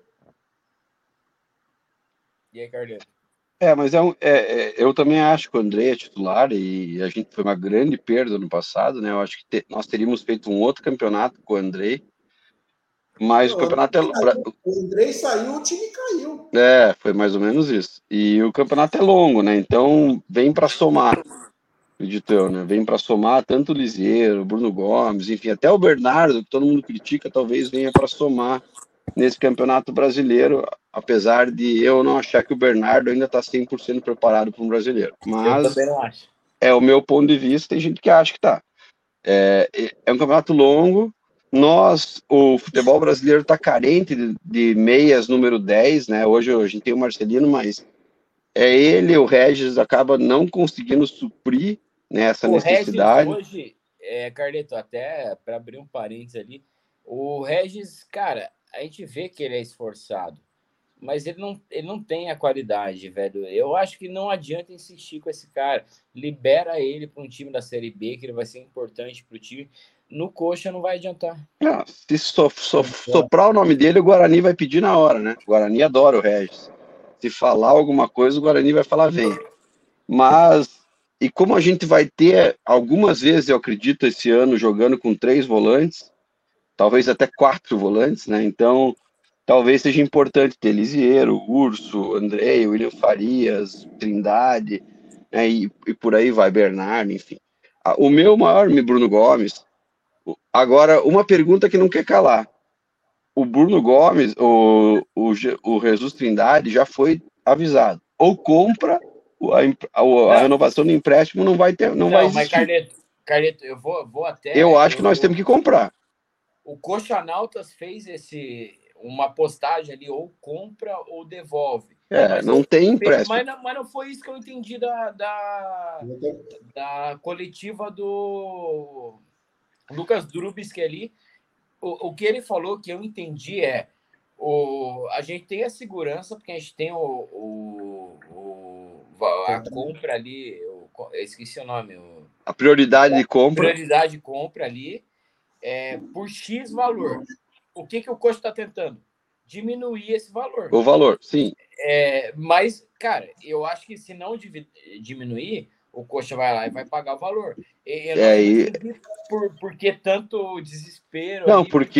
E aí, Carleto? Mas eu também acho que o André é titular e a gente foi uma grande perda no passado, né? Eu acho que nós teríamos feito um outro campeonato com o André, mas o campeonato o Andrei saiu, o time caiu. Foi mais ou menos isso. E o campeonato é longo, né? Então vem para somar, acredito eu, né? Vem para somar tanto o Lisieiro, o Bruno Gomes, enfim, até o Bernardo, que todo mundo critica, talvez venha para somar nesse campeonato brasileiro, apesar de eu não achar que o Bernardo ainda está 100% preparado para um brasileiro. Mas eu também não acho. É o meu ponto de vista, tem gente que acha que está. É um campeonato longo. O futebol brasileiro está carente de meias número 10, né? Hoje a gente tem o Marcelino, mas ele, o Regis, acaba não conseguindo suprir, né, essa necessidade. O Regis hoje, Carleto, até para abrir um parênteses ali, o Regis, cara, a gente vê que ele é esforçado, mas ele não tem a qualidade, velho. Eu acho que não adianta insistir com esse cara. Libera ele para um time da Série B, que ele vai ser importante para o time. No Coxa não vai adiantar. Se soprar o nome dele, o Guarani vai pedir na hora, né? O Guarani adora o Regis. Se falar alguma coisa, o Guarani vai falar vem. Mas, e como a gente vai ter, algumas vezes, eu acredito, esse ano, jogando com 3 volantes, talvez até 4 volantes, né? Então, talvez seja importante ter Lisieiro, Urso, Andrei, William Farias, Trindade, né? E por aí vai, Bernardo, enfim. O meu maior, Bruno Gomes. Agora, uma pergunta que não quer calar. O Bruno Gomes, o Jesus Trindade já foi avisado. Ou compra, a renovação do empréstimo não vai ter, não vai existir. Mas Carleto, eu vou até... Eu acho que nós temos que comprar. O Coxanautas fez uma postagem ali, ou compra ou devolve. Não tem empréstimo. Mas não foi isso que eu entendi da coletiva do Lucas Drubsky ali. O que ele falou, que eu entendi, a gente tem a segurança, porque a gente tem a compra ali, eu esqueci o nome. A prioridade de compra. Prioridade de compra ali, por X valor. O que o Coxa está tentando? Diminuir esse valor. O valor, sim. Mas, cara, eu acho que se não diminuir, o Coxa vai lá e vai pagar o valor. Eu não entendi por que tanto desespero. Não, porque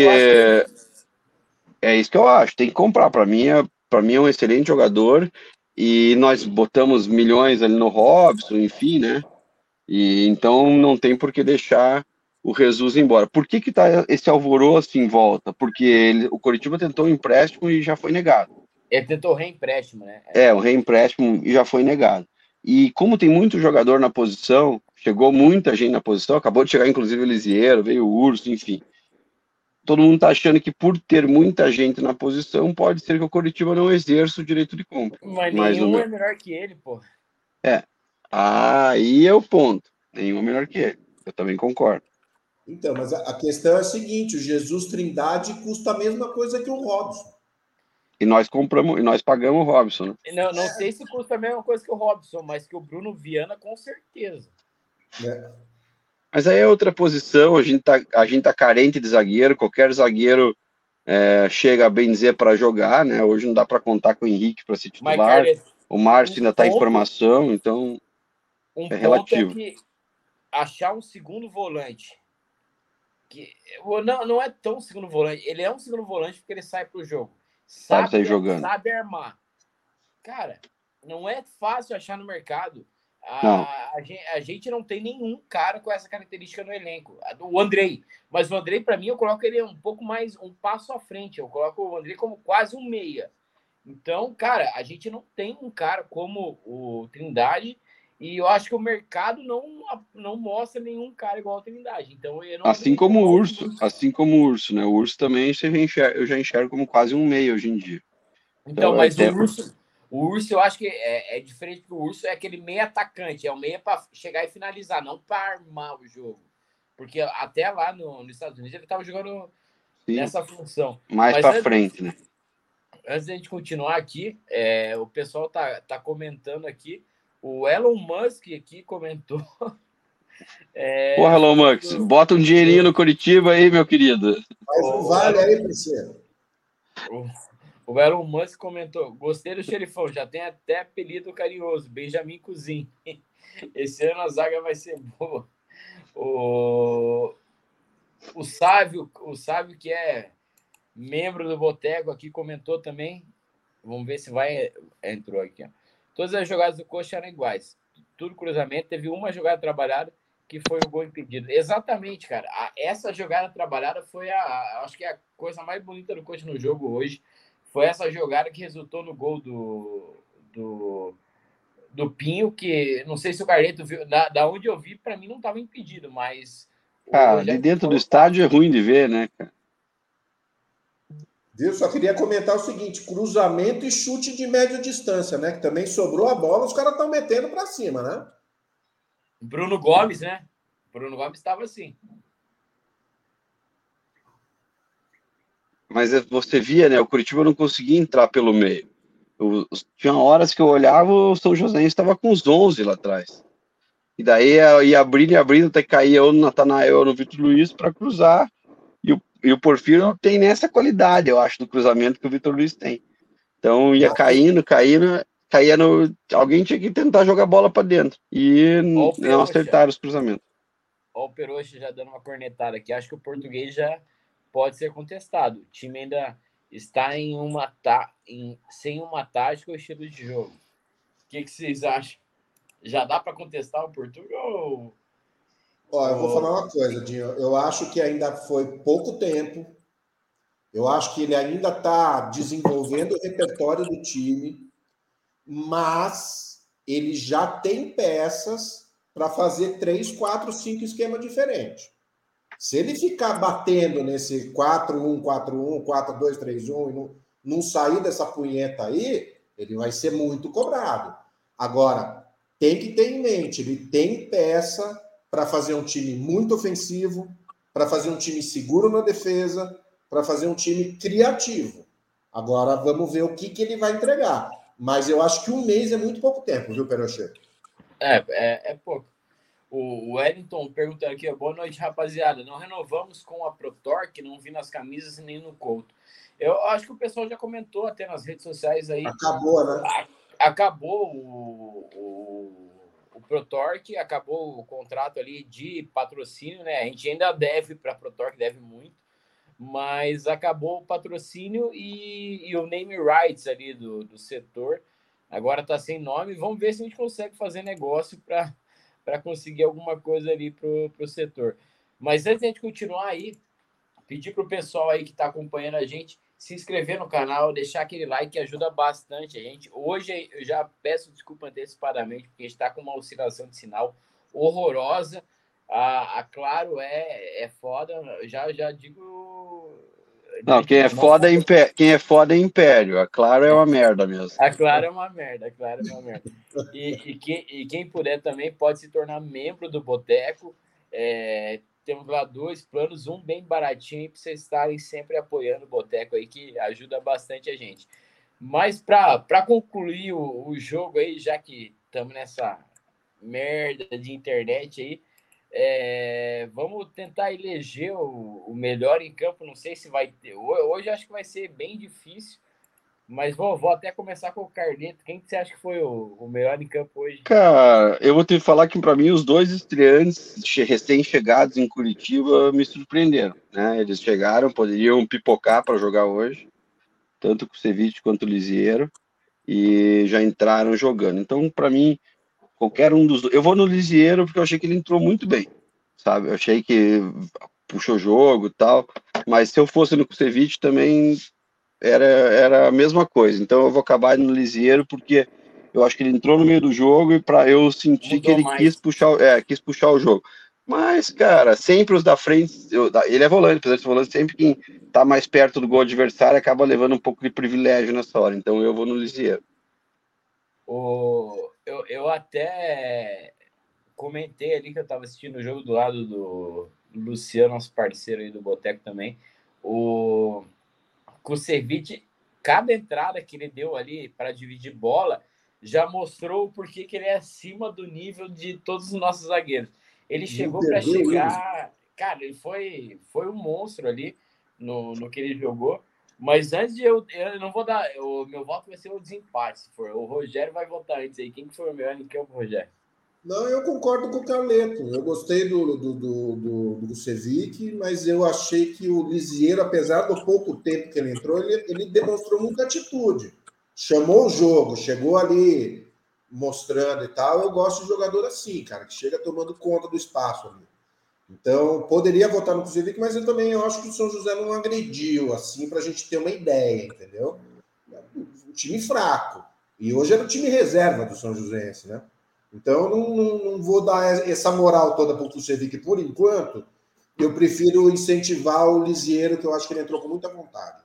é isso que eu acho. Tem que comprar. Para mim é um excelente jogador e nós botamos milhões ali no Robson, enfim, né? E então não tem por que deixar o Jesus embora. Por que tá esse alvoroço em volta? Porque o Coritiba tentou um empréstimo e já foi negado. Ele tentou reempréstimo, né? Um reempréstimo e já foi negado. E como tem muito jogador na posição, chegou muita gente na posição, acabou de chegar inclusive o Lisieiro, veio o Urso, enfim. Todo mundo está achando que por ter muita gente na posição, pode ser que o Coritiba não exerça o direito de compra. Mas Mas nenhum é melhor que ele, pô. Aí é o ponto. Nenhum é melhor que ele. Eu também concordo. Então, mas a questão é a seguinte: o Jesus Trindade custa a mesma coisa que o Robson. E nós compramos, e nós pagamos o Robson, né? Não sei se custa a mesma coisa que o Robson, mas que o Bruno Viana, com certeza. Mas aí é outra posição, a gente tá carente de zagueiro, qualquer zagueiro chega, bem dizer, para jogar, né? Hoje não dá para contar com o Henrique para ser Mas, titular, Carleto, o Márcio ainda está em ponto- formação, então Um é ponto é relativo. que achar um segundo volante, que não é tão segundo volante, ele é um segundo volante porque ele sai pro jogo. Sabe sair jogando. Sabe armar. Cara, não é fácil achar no mercado. Não. A gente não tem nenhum cara com essa característica no elenco. O Andrei. Mas o Andrei, para mim, eu coloco ele um pouco mais, um passo à frente. Eu coloco o Andrei como quase um meia. Então, cara, a gente não tem um cara como o Trindade e eu acho que o mercado não mostra nenhum cara igual ao Trindade. Então, eu não Assim como o Urso, né? O Urso também eu já enxergo como quase um meia hoje em dia. Então, mas o Urso eu acho que é diferente do Urso, é aquele meia atacante, é o meia para chegar e finalizar, não para armar o jogo. Porque até lá nos Estados Unidos ele estava jogando nessa função. Mais para frente, né? Antes da gente continuar aqui, o pessoal tá comentando aqui. O Elon Musk aqui comentou. Porra, Elon Musk, bota um dinheirinho no Coritiba aí, meu querido. Faz um vale aí, parceiro. O Elon Musk comentou: gostei do xerifão, já tem até apelido carinhoso, Benjamin Cousin. Esse ano a zaga vai ser boa. O Sávio, que é membro do Boteco aqui, comentou também. Vamos ver se vai. Entrou aqui. Ó. Todas as jogadas do Coxa eram iguais. Tudo cruzamento. Teve uma jogada trabalhada que foi o gol impedido. Exatamente, cara. Essa jogada trabalhada foi acho que é a coisa mais bonita do Coxa no jogo hoje. Foi essa jogada que resultou no gol do Pinho, que não sei se o Carleto viu. Da onde eu vi, para mim não estava impedido, mas. De dentro do estádio é ruim de ver, né, cara? Eu só queria comentar o seguinte: cruzamento e chute de média distância, né? Que também sobrou a bola, os caras estão metendo para cima, né? Bruno Gomes, né? Bruno Gomes estava assim. Mas você via, né? O Curitiba não conseguia entrar pelo meio. Tinha horas que eu olhava, o São José estava com os 11 lá atrás. E daí ia abrindo, até cair eu no Natanael ou no Vitor Luiz para cruzar. E o Porfírio não tem nessa qualidade, eu acho, do cruzamento que o Vitor Luiz tem. Então ia caindo, caía no. Alguém tinha que tentar jogar a bola para dentro. E não acertaram os cruzamentos. Olha o Peroxa já dando uma cornetada aqui. Acho que o português já pode ser contestado. O time ainda está sem uma tática ou estilo de jogo. O que vocês acham? Já dá para contestar o Portugal? Eu vou falar uma coisa, Dinho. Eu acho que ainda foi pouco tempo. Eu acho que ele ainda está desenvolvendo o repertório do time, mas ele já tem peças para fazer 3, 4, 5 esquemas diferentes. Se ele ficar batendo nesse 4-1, 4-1, 4-2, 3-1 e não sair dessa punheta aí, ele vai ser muito cobrado. Agora, tem que ter em mente, ele tem peça para fazer um time muito ofensivo, para fazer um time seguro na defesa, para fazer um time criativo. Agora, vamos ver o que ele vai entregar. Mas eu acho que um mês é muito pouco tempo, viu, Peroche? É pouco. O Wellington perguntando aqui, boa noite, rapaziada. Não renovamos com a ProTorque, não vi nas camisas e nem no Couto. Eu acho que o pessoal já comentou até nas redes sociais aí. Acabou, né? Acabou o ProTorque, acabou o contrato ali de patrocínio, né? A gente ainda deve para a ProTorque, deve muito, mas acabou o patrocínio e o name rights ali do setor. Agora está sem nome. Vamos ver se a gente consegue fazer negócio para conseguir alguma coisa ali para o setor. Mas antes de a gente continuar aí, pedir para o pessoal aí que está acompanhando a gente se inscrever no canal, deixar aquele like que ajuda bastante a gente. Hoje eu já peço desculpa antecipadamente, porque a gente está com uma oscilação de sinal. horrorosa. A Claro é foda, já digo. Não, quem é foda é Império. A Claro é uma merda mesmo. A Claro é uma merda, a Claro é uma merda. E quem puder também pode se tornar membro do Boteco. Temos lá 2 planos, um bem baratinho para vocês estarem sempre apoiando o Boteco aí, que ajuda bastante a gente. Mas para concluir o jogo aí, já que estamos nessa merda de internet aí, vamos tentar eleger o melhor em campo. Não sei se vai ter. Hoje acho que vai ser bem difícil, mas vou até começar com o Carneto. Quem que você acha que foi o melhor em campo hoje? Cara, eu vou te falar que para mim os 2 estreantes recém-chegados em Curitiba me surpreenderam, né? Eles chegaram, poderiam pipocar para jogar hoje, tanto com o Ceviche quanto o Lisiero, e já entraram jogando. Então, para mim, qualquer um dos dois. Eu vou no Lisiero porque eu achei que ele entrou muito bem, sabe? Eu achei que puxou jogo e tal, mas se eu fosse no Kusevich também era a mesma coisa. Então eu vou acabar no Lisiero porque eu acho que ele entrou no meio do jogo e para eu sentir que ele quis puxar o jogo. Mas, cara, sempre os da frente, ele é volante, apesar de ser volante, sempre quem tá mais perto do gol adversário acaba levando um pouco de privilégio nessa hora. Então eu vou no Lisiero. Eu até comentei ali que eu estava assistindo o jogo do lado do Luciano, nosso parceiro aí do Boteco também. O Kusevich, cada entrada que ele deu ali para dividir bola, já mostrou o porquê que ele é acima do nível de todos os nossos zagueiros. Ele chegou para chegar... Cara, ele foi um monstro ali no que ele jogou. Mas antes de eu não vou dar... O meu voto vai ser o desempate, se for. O Rogério vai votar antes aí. Quem que foi o melhor em campo, Rogério? Não, eu concordo com o Carleto. Eu gostei do Cevic, mas eu achei que o Lisiero, apesar do pouco tempo que ele entrou, ele demonstrou muita atitude. Chamou o jogo, chegou ali mostrando e tal. Eu gosto de jogador assim, cara, que chega tomando conta do espaço ali. Então, poderia votar no Cevic, mas eu também acho que o São José não agrediu, assim, para a gente ter uma ideia, entendeu? Um time fraco. E hoje era o time reserva do São Joséense, né? Então, não vou dar essa moral toda para o Kusevich por enquanto. Eu prefiro incentivar o Lisiero, que eu acho que ele entrou com muita vontade.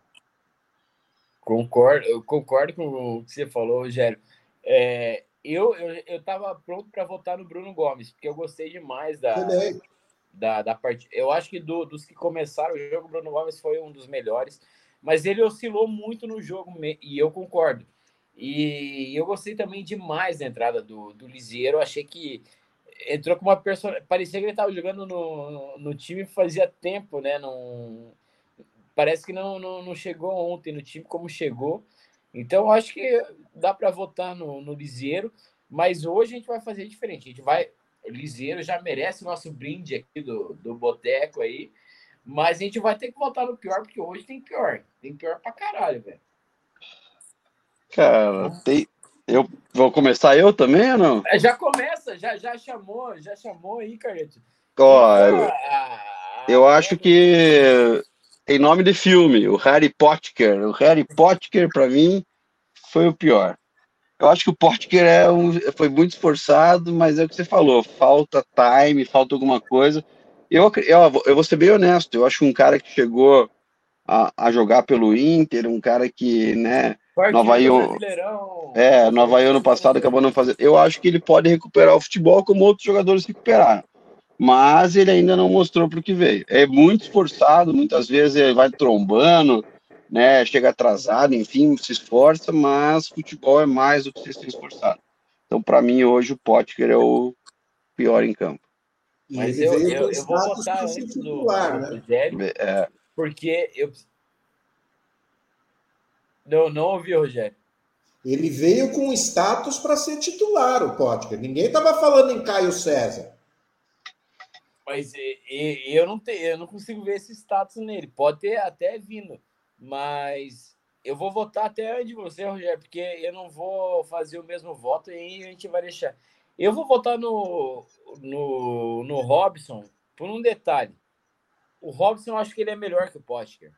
Eu concordo com o que você falou, Rogério. Eu estava pronto para votar no Bruno Gomes, porque eu gostei demais da partida. Eu acho que dos que começaram o jogo, o Bruno Gomes foi um dos melhores, mas ele oscilou muito no jogo, e eu concordo. E eu gostei também demais da entrada do Lisiero. Eu achei que entrou com uma personalidade. Parecia que ele estava jogando no time fazia tempo, né? Parece que não chegou ontem no time como chegou. Então, eu acho que dá para votar no Lisiero, mas hoje a gente vai fazer diferente. A gente vai. O Lisiero já merece o nosso brinde aqui do Boteco aí, mas a gente vai ter que votar no pior, porque hoje tem pior. Tem pior pra caralho, velho. Cara, eu vou começar eu também ou não? Já começa, já chamou aí, Carleto. Ó, eu acho que tem nome de filme, o Harry Potter. O Harry Potter, para mim, foi o pior. Eu acho que o Potter foi muito esforçado, mas é o que você falou, falta time, falta alguma coisa. Eu vou ser bem honesto, eu acho que um cara que chegou a jogar pelo Inter, um cara que, né, no Havaí ano passado acabou não fazendo. Eu acho que ele pode recuperar o futebol como outros jogadores recuperaram, mas ele ainda não mostrou para o que veio. É muito esforçado, muitas vezes ele vai trombando, né, chega atrasado, enfim, se esforça, mas futebol é mais do que ser esforçado. Então, para mim, hoje o Potker é o pior em campo. Mas eu vou votar antes do Rogério, porque eu... Não ouvi, Rogério. Ele veio com status para ser titular, o Potker. Ninguém estava falando em Caio César. Mas eu não consigo ver esse status nele. Pode ter até vindo, mas eu vou votar até antes de você, Rogério, porque eu não vou fazer o mesmo voto e a gente vai deixar. Eu vou votar no Robson por um detalhe. O Robson, eu acho que ele é melhor que o Potker.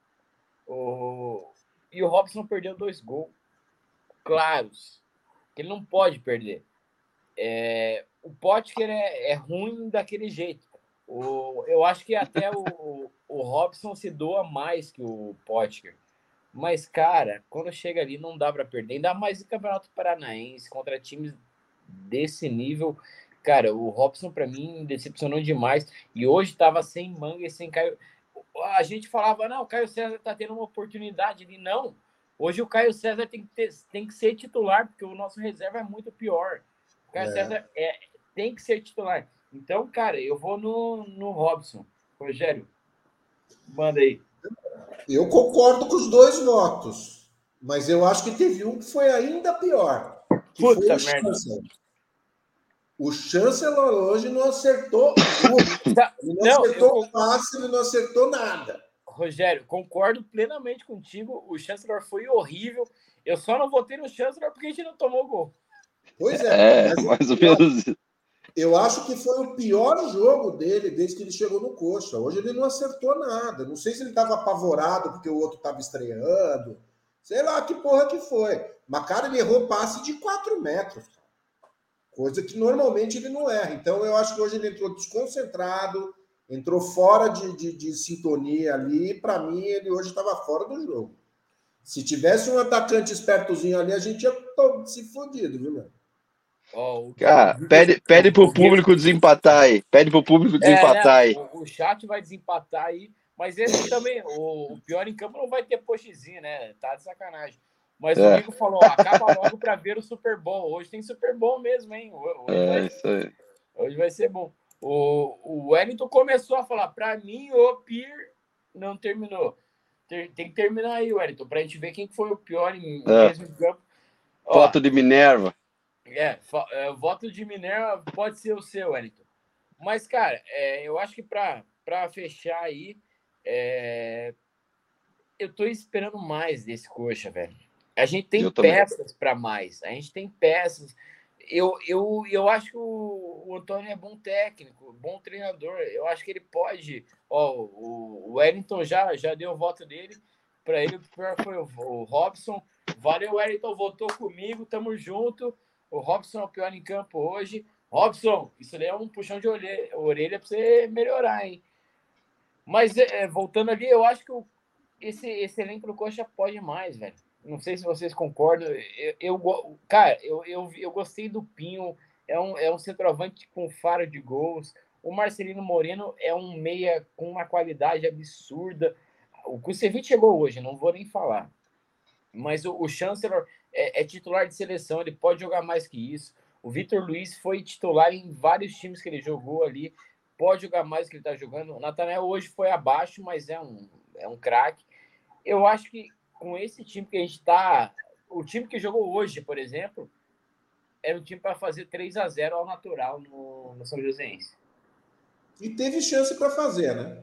E o Robson perdeu 2 gols claros, que ele não pode perder. o Potker é ruim daquele jeito. Eu acho que até o Robson se doa mais que o Potker. Mas, cara, quando chega ali não dá para perder. Ainda mais em Campeonato Paranaense, contra times desse nível. Cara, o Robson, para mim, decepcionou demais. E hoje estava sem Manga e sem Caio. A gente falava, não, o Caio César está tendo uma oportunidade ali. Não. Hoje o Caio César tem que ser titular, porque o nosso reserva é muito pior. O Caio César tem que ser titular. Então, cara, eu vou no Robson. Rogério, manda aí. Eu concordo com os dois votos, mas eu acho que teve um que foi ainda pior, que Puta foi o merda. Chancellor. O Chancellor hoje não acertou ele não acertou passe, ele não acertou nada. Rogério, concordo plenamente contigo. O Chancellor foi horrível. Eu só não votei no Chancellor porque a gente não tomou gol. Pois é. Mas mais ou menos. Eu acho que foi o pior jogo dele desde que ele chegou no Coxa. Hoje ele não acertou nada. Não sei se ele estava apavorado porque o outro estava estreando. Sei lá que porra que foi. Mas, cara, ele errou passe de 4 metros. Coisa que normalmente ele não erra. Então, eu acho que hoje ele entrou desconcentrado, entrou fora de sintonia ali. Para mim, ele hoje estava fora do jogo. Se tivesse um atacante espertozinho ali, a gente ia se fodido, viu, meu? Cara, pede pro público desempatar aí. Pede pro público desempatar aí. O chat vai desempatar aí. Mas esse também, o pior em campo não vai ter postzinho, né? Tá de sacanagem. Mas o Igor falou, acaba logo para ver o Super Bowl. Hoje tem Super Bowl mesmo, hein? Hoje vai ser bom. O Wellington começou a falar, para mim, o Pier não terminou. Tem que terminar aí, Wellington, pra gente ver quem foi o pior mesmo em campo. Foto de Minerva. Voto de Minerva pode ser o seu, Wellington. Mas, cara, eu acho que para fechar aí, eu tô esperando mais desse Coxa, velho. A gente tem peças para mais. A gente tem peças. Eu acho que o Antônio é bom técnico, bom treinador. Eu acho que ele pode. O Wellington já deu o voto dele. Para ele, o pior foi o Robson. Valeu, Wellington. Votou comigo. Tamo junto. O Robson é o pior em campo hoje. Robson, isso daí é um puxão de orelha para você melhorar, hein? Mas, voltando ali, eu acho que esse elenco do Coxa pode mais, velho. Não sei se vocês concordam. Cara, eu gostei do Pinho. É um centroavante com faro de gols. O Marcelino Moreno é um meia com uma qualidade absurda. O Kusevich chegou hoje, não vou nem falar. Mas o Chancellor é titular de seleção, ele pode jogar mais que isso. O Vitor Luiz foi titular em vários times que ele jogou ali. Pode jogar mais do que ele está jogando. O Nathanael hoje foi abaixo, mas é um craque. Eu acho que com esse time que a gente está... O time que jogou hoje, por exemplo, era um time para fazer 3-0 ao natural no São Joséense. E teve chance para fazer, né?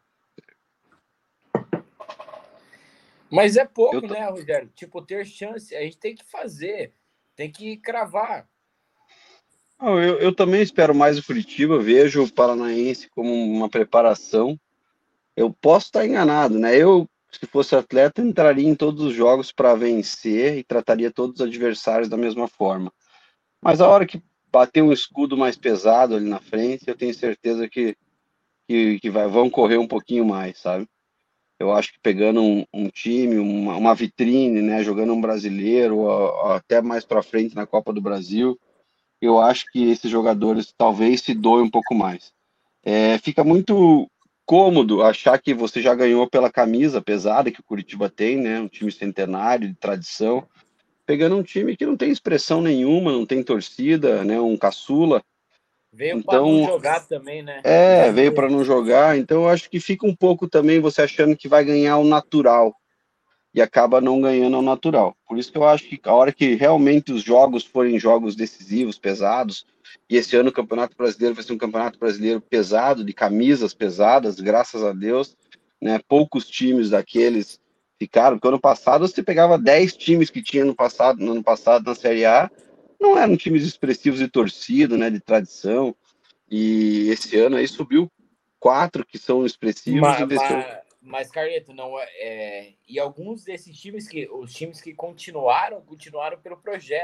Mas é pouco, né, Rogério? Tipo, ter chance, a gente tem que fazer, tem que cravar. Eu também espero mais o Curitiba, vejo o Paranaense como uma preparação. Eu posso estar enganado, né? Eu, se fosse atleta, entraria em todos os jogos para vencer e trataria todos os adversários da mesma forma. Mas a hora que bater um escudo mais pesado ali na frente, eu tenho certeza que vão correr um pouquinho mais, sabe? Eu acho que pegando um time, uma vitrine, né? Jogando um brasileiro, ou até mais para frente na Copa do Brasil, eu acho que esses jogadores talvez se doem um pouco mais. Fica muito cômodo achar que você já ganhou pela camisa pesada que o Curitiba tem, né? Um time centenário, de tradição, pegando um time que não tem expressão nenhuma, não tem torcida, né? Um caçula. Veio então, para não jogar também, né? Veio para não jogar. Então, eu acho que fica um pouco também você achando que vai ganhar o natural e acaba não ganhando ao natural. Por isso que eu acho que a hora que realmente os jogos forem jogos decisivos, pesados, e esse ano o Campeonato Brasileiro vai ser um Campeonato Brasileiro pesado, de camisas pesadas, graças a Deus, né? Poucos times daqueles ficaram, porque ano passado você pegava 10 times que tinha no ano passado na Série A, não eram times expressivos de torcida, né, de tradição, e esse ano aí subiu 4 que são expressivos e desceu. Mas, Carleto, não e alguns desses times os times que continuaram pelo projeto.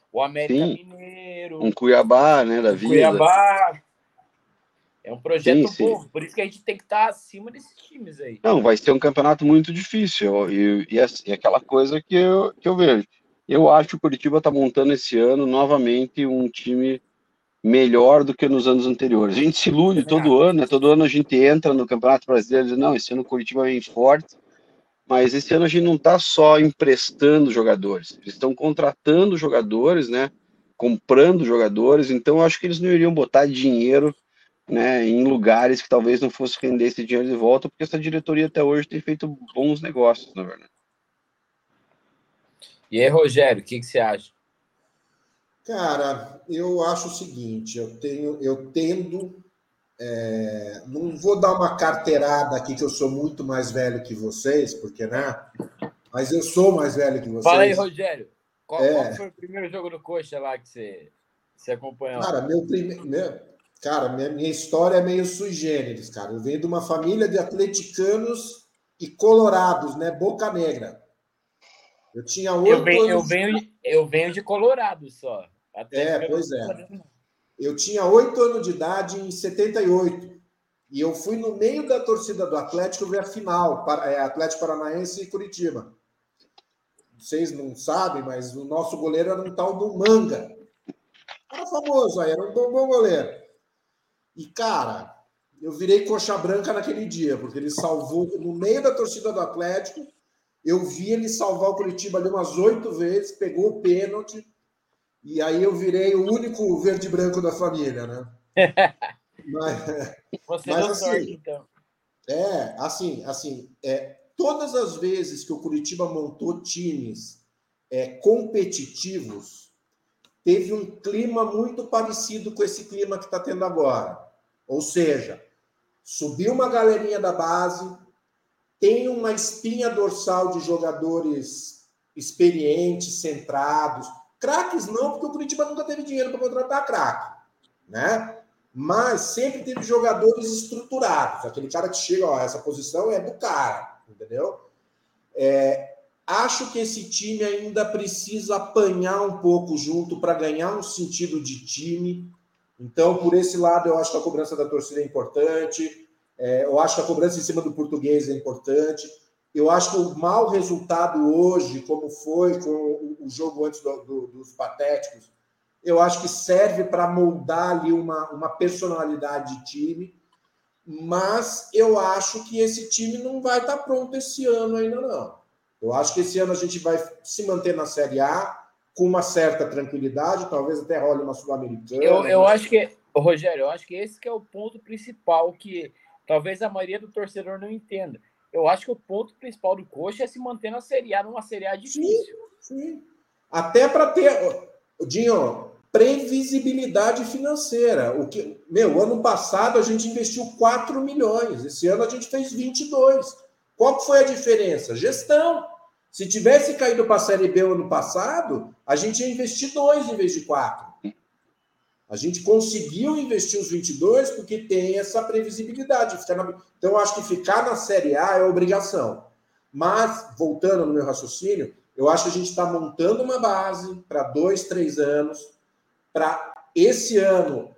o América Mineiro, um Cuiabá, né, da vida. Cuiabá. É um projeto bom, por isso que a gente tem que estar acima desses times aí. Não, vai ser um campeonato muito difícil, e aquela coisa que eu vejo. Eu acho que o Curitiba está montando esse ano novamente um time melhor do que nos anos anteriores. A gente se ilude todo ano, né? Todo ano a gente entra no Campeonato Brasileiro e diz, não, esse ano o Curitiba vem forte, mas esse ano a gente não está só emprestando jogadores, eles estão contratando jogadores, né? Comprando jogadores, então eu acho que eles não iriam botar dinheiro, né, em lugares que talvez não fosse render esse dinheiro de volta, porque essa diretoria até hoje tem feito bons negócios, na verdade. E aí, Rogério, o que você acha? Cara, eu acho o seguinte, eu tendo, não vou dar uma carteirada aqui que eu sou muito mais velho que vocês, porque, né? Mas eu sou mais velho que vocês. Fala aí, Rogério. Qual foi o primeiro jogo do Coxa lá que você acompanhou? Cara, minha história é meio sui generis, cara. Eu venho de uma família de atleticanos e colorados, né? Boca Negra. Eu tinha 8 anos. Eu venho de Colorado só. Pois é. Eu tinha 8 anos de idade em 78. E eu fui no meio da torcida do Atlético ver a final, Atlético Paranaense e Curitiba. Vocês não sabem, mas o nosso goleiro era um tal do Manga. Era famoso aí, era um bom goleiro. E, cara, eu virei coxa branca naquele dia, porque ele salvou, no meio da torcida do Atlético, eu vi ele salvar o Curitiba ali umas 8 vezes, pegou o pênalti, e aí eu virei o único verde e branco da família, né? Você deu sorte, então. Todas as vezes que o Curitiba montou times competitivos, teve um clima muito parecido com esse clima que está tendo agora. Ou seja, subiu uma galerinha da base, tem uma espinha dorsal de jogadores experientes, centrados. Craques não, porque o Curitiba nunca teve dinheiro para contratar craque, né? Mas sempre teve jogadores estruturados. Aquele cara que chega, essa posição é do cara, entendeu? Acho que esse time ainda precisa apanhar um pouco junto para ganhar um sentido de time. Então, por esse lado, eu acho que a cobrança da torcida é importante. Eu acho que a cobrança em cima do português é importante. Eu acho que o mau resultado hoje, como foi com o jogo antes dos patéticos, eu acho que serve para moldar ali uma personalidade de time. Mas eu acho que esse time não vai estar pronto esse ano ainda, não. Eu acho que esse ano a gente vai se manter na Série A com uma certa tranquilidade, talvez até role uma Sul-Americana. Eu acho que, Rogério, eu acho que esse que é o ponto principal que talvez a maioria do torcedor não entenda. Eu acho que o ponto principal do Coxa é se manter na Série A, numa Série A difícil. Sim. Até para ter, Dinho, previsibilidade financeira. Ano passado a gente investiu 4 milhões, esse ano a gente fez 22. Qual foi a diferença? Gestão. Se tivesse caído para a Série B o ano passado, a gente ia investir 2 em vez de 4. A gente conseguiu investir os 22 porque tem essa previsibilidade. Então, eu acho que ficar na Série A é obrigação. Mas, voltando no meu raciocínio, eu acho que a gente está montando uma base para 2, 3 anos, para esse ano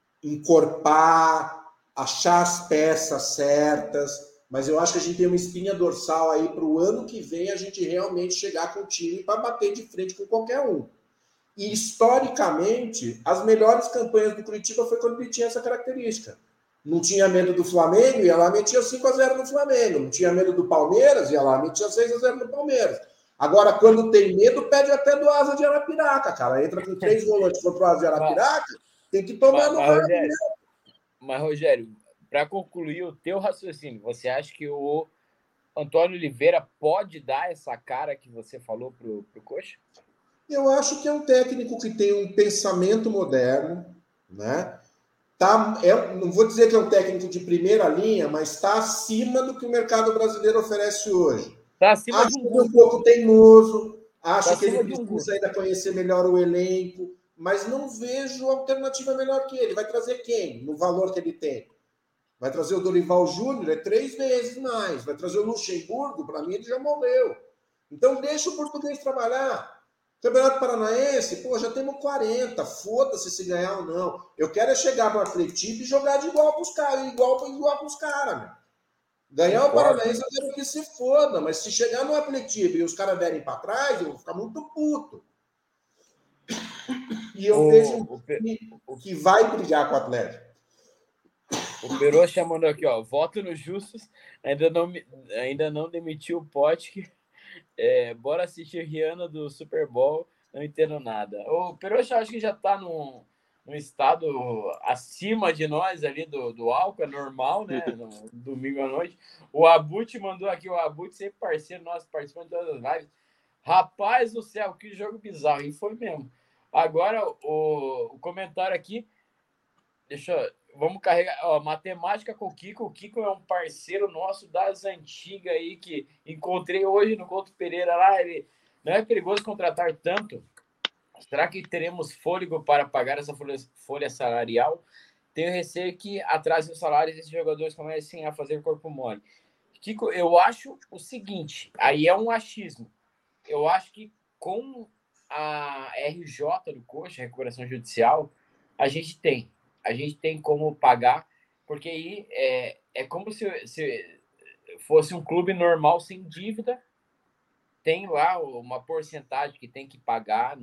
encorpar, achar as peças certas, mas eu acho que a gente tem uma espinha dorsal aí para o ano que vem a gente realmente chegar com o time para bater de frente com qualquer um. E, historicamente, as melhores campanhas do Curitiba foi quando ele tinha essa característica. Não tinha medo do Flamengo, ia lá, metia 5-0 no Flamengo. Não tinha medo do Palmeiras, ia lá, metia 6-0 no Palmeiras. Agora, quando tem medo, pede até do Asa de Arapiraca, cara. Entra com 3 volantes contra o Asa de Arapiraca, tem que tomar no rabo. Mas, Rogério, para concluir o teu raciocínio, você acha que o Antônio Oliveira pode dar essa cara que você falou pro Coxa? Eu acho que é um técnico que tem um pensamento moderno, né? Não vou dizer que é um técnico de primeira linha, mas está acima do que o mercado brasileiro oferece hoje. Acho que ele é um pouco teimoso, acho que ele precisa ainda conhecer melhor o elenco, mas não vejo alternativa melhor que ele. Vai trazer quem? No valor que ele tem. Vai trazer o Dorival Júnior, 3 vezes mais. Vai trazer o Luxemburgo, para mim ele já morreu. Então deixa o português trabalhar. Campeonato Paranaense, pô, já temos 40, foda-se se ganhar ou não. Eu quero é chegar no Atlético e jogar de igual pros caras, igual pros caras, meu. Ganhar o Paranaense eu quero que se foda, mas se chegar no Atlético e os caras derem para trás, eu vou ficar muito puto. E eu vejo um time que vai brigar com o Atlético. O Perô chamando aqui, ó, voto no Justus, ainda não demitiu o Pote. Bora assistir Rihanna do Super Bowl, não entendo nada. O Perô acho que já está num estado acima de nós ali do álcool, é normal, né? No domingo à noite. O Abut mandou aqui, o Abut sempre parceiro nosso, participando de todas as lives. Rapaz do céu, que jogo bizarro. E foi mesmo. Agora, o comentário aqui, vamos carregar, ó, matemática com o Kiko. O Kiko é um parceiro nosso das antigas aí, que encontrei hoje no Couto Pereira lá. Ele não é perigoso contratar tanto. Será que teremos fôlego para pagar essa folha salarial? Tenho receio que atrase os salários desses jogadores comecem a fazer corpo mole. Kiko, eu acho o seguinte, aí é um achismo. Eu acho que com a RJ do Coxa, recuperação judicial, a gente tem como pagar, porque aí é como se fosse um clube normal sem dívida. Tem lá uma porcentagem que tem que pagar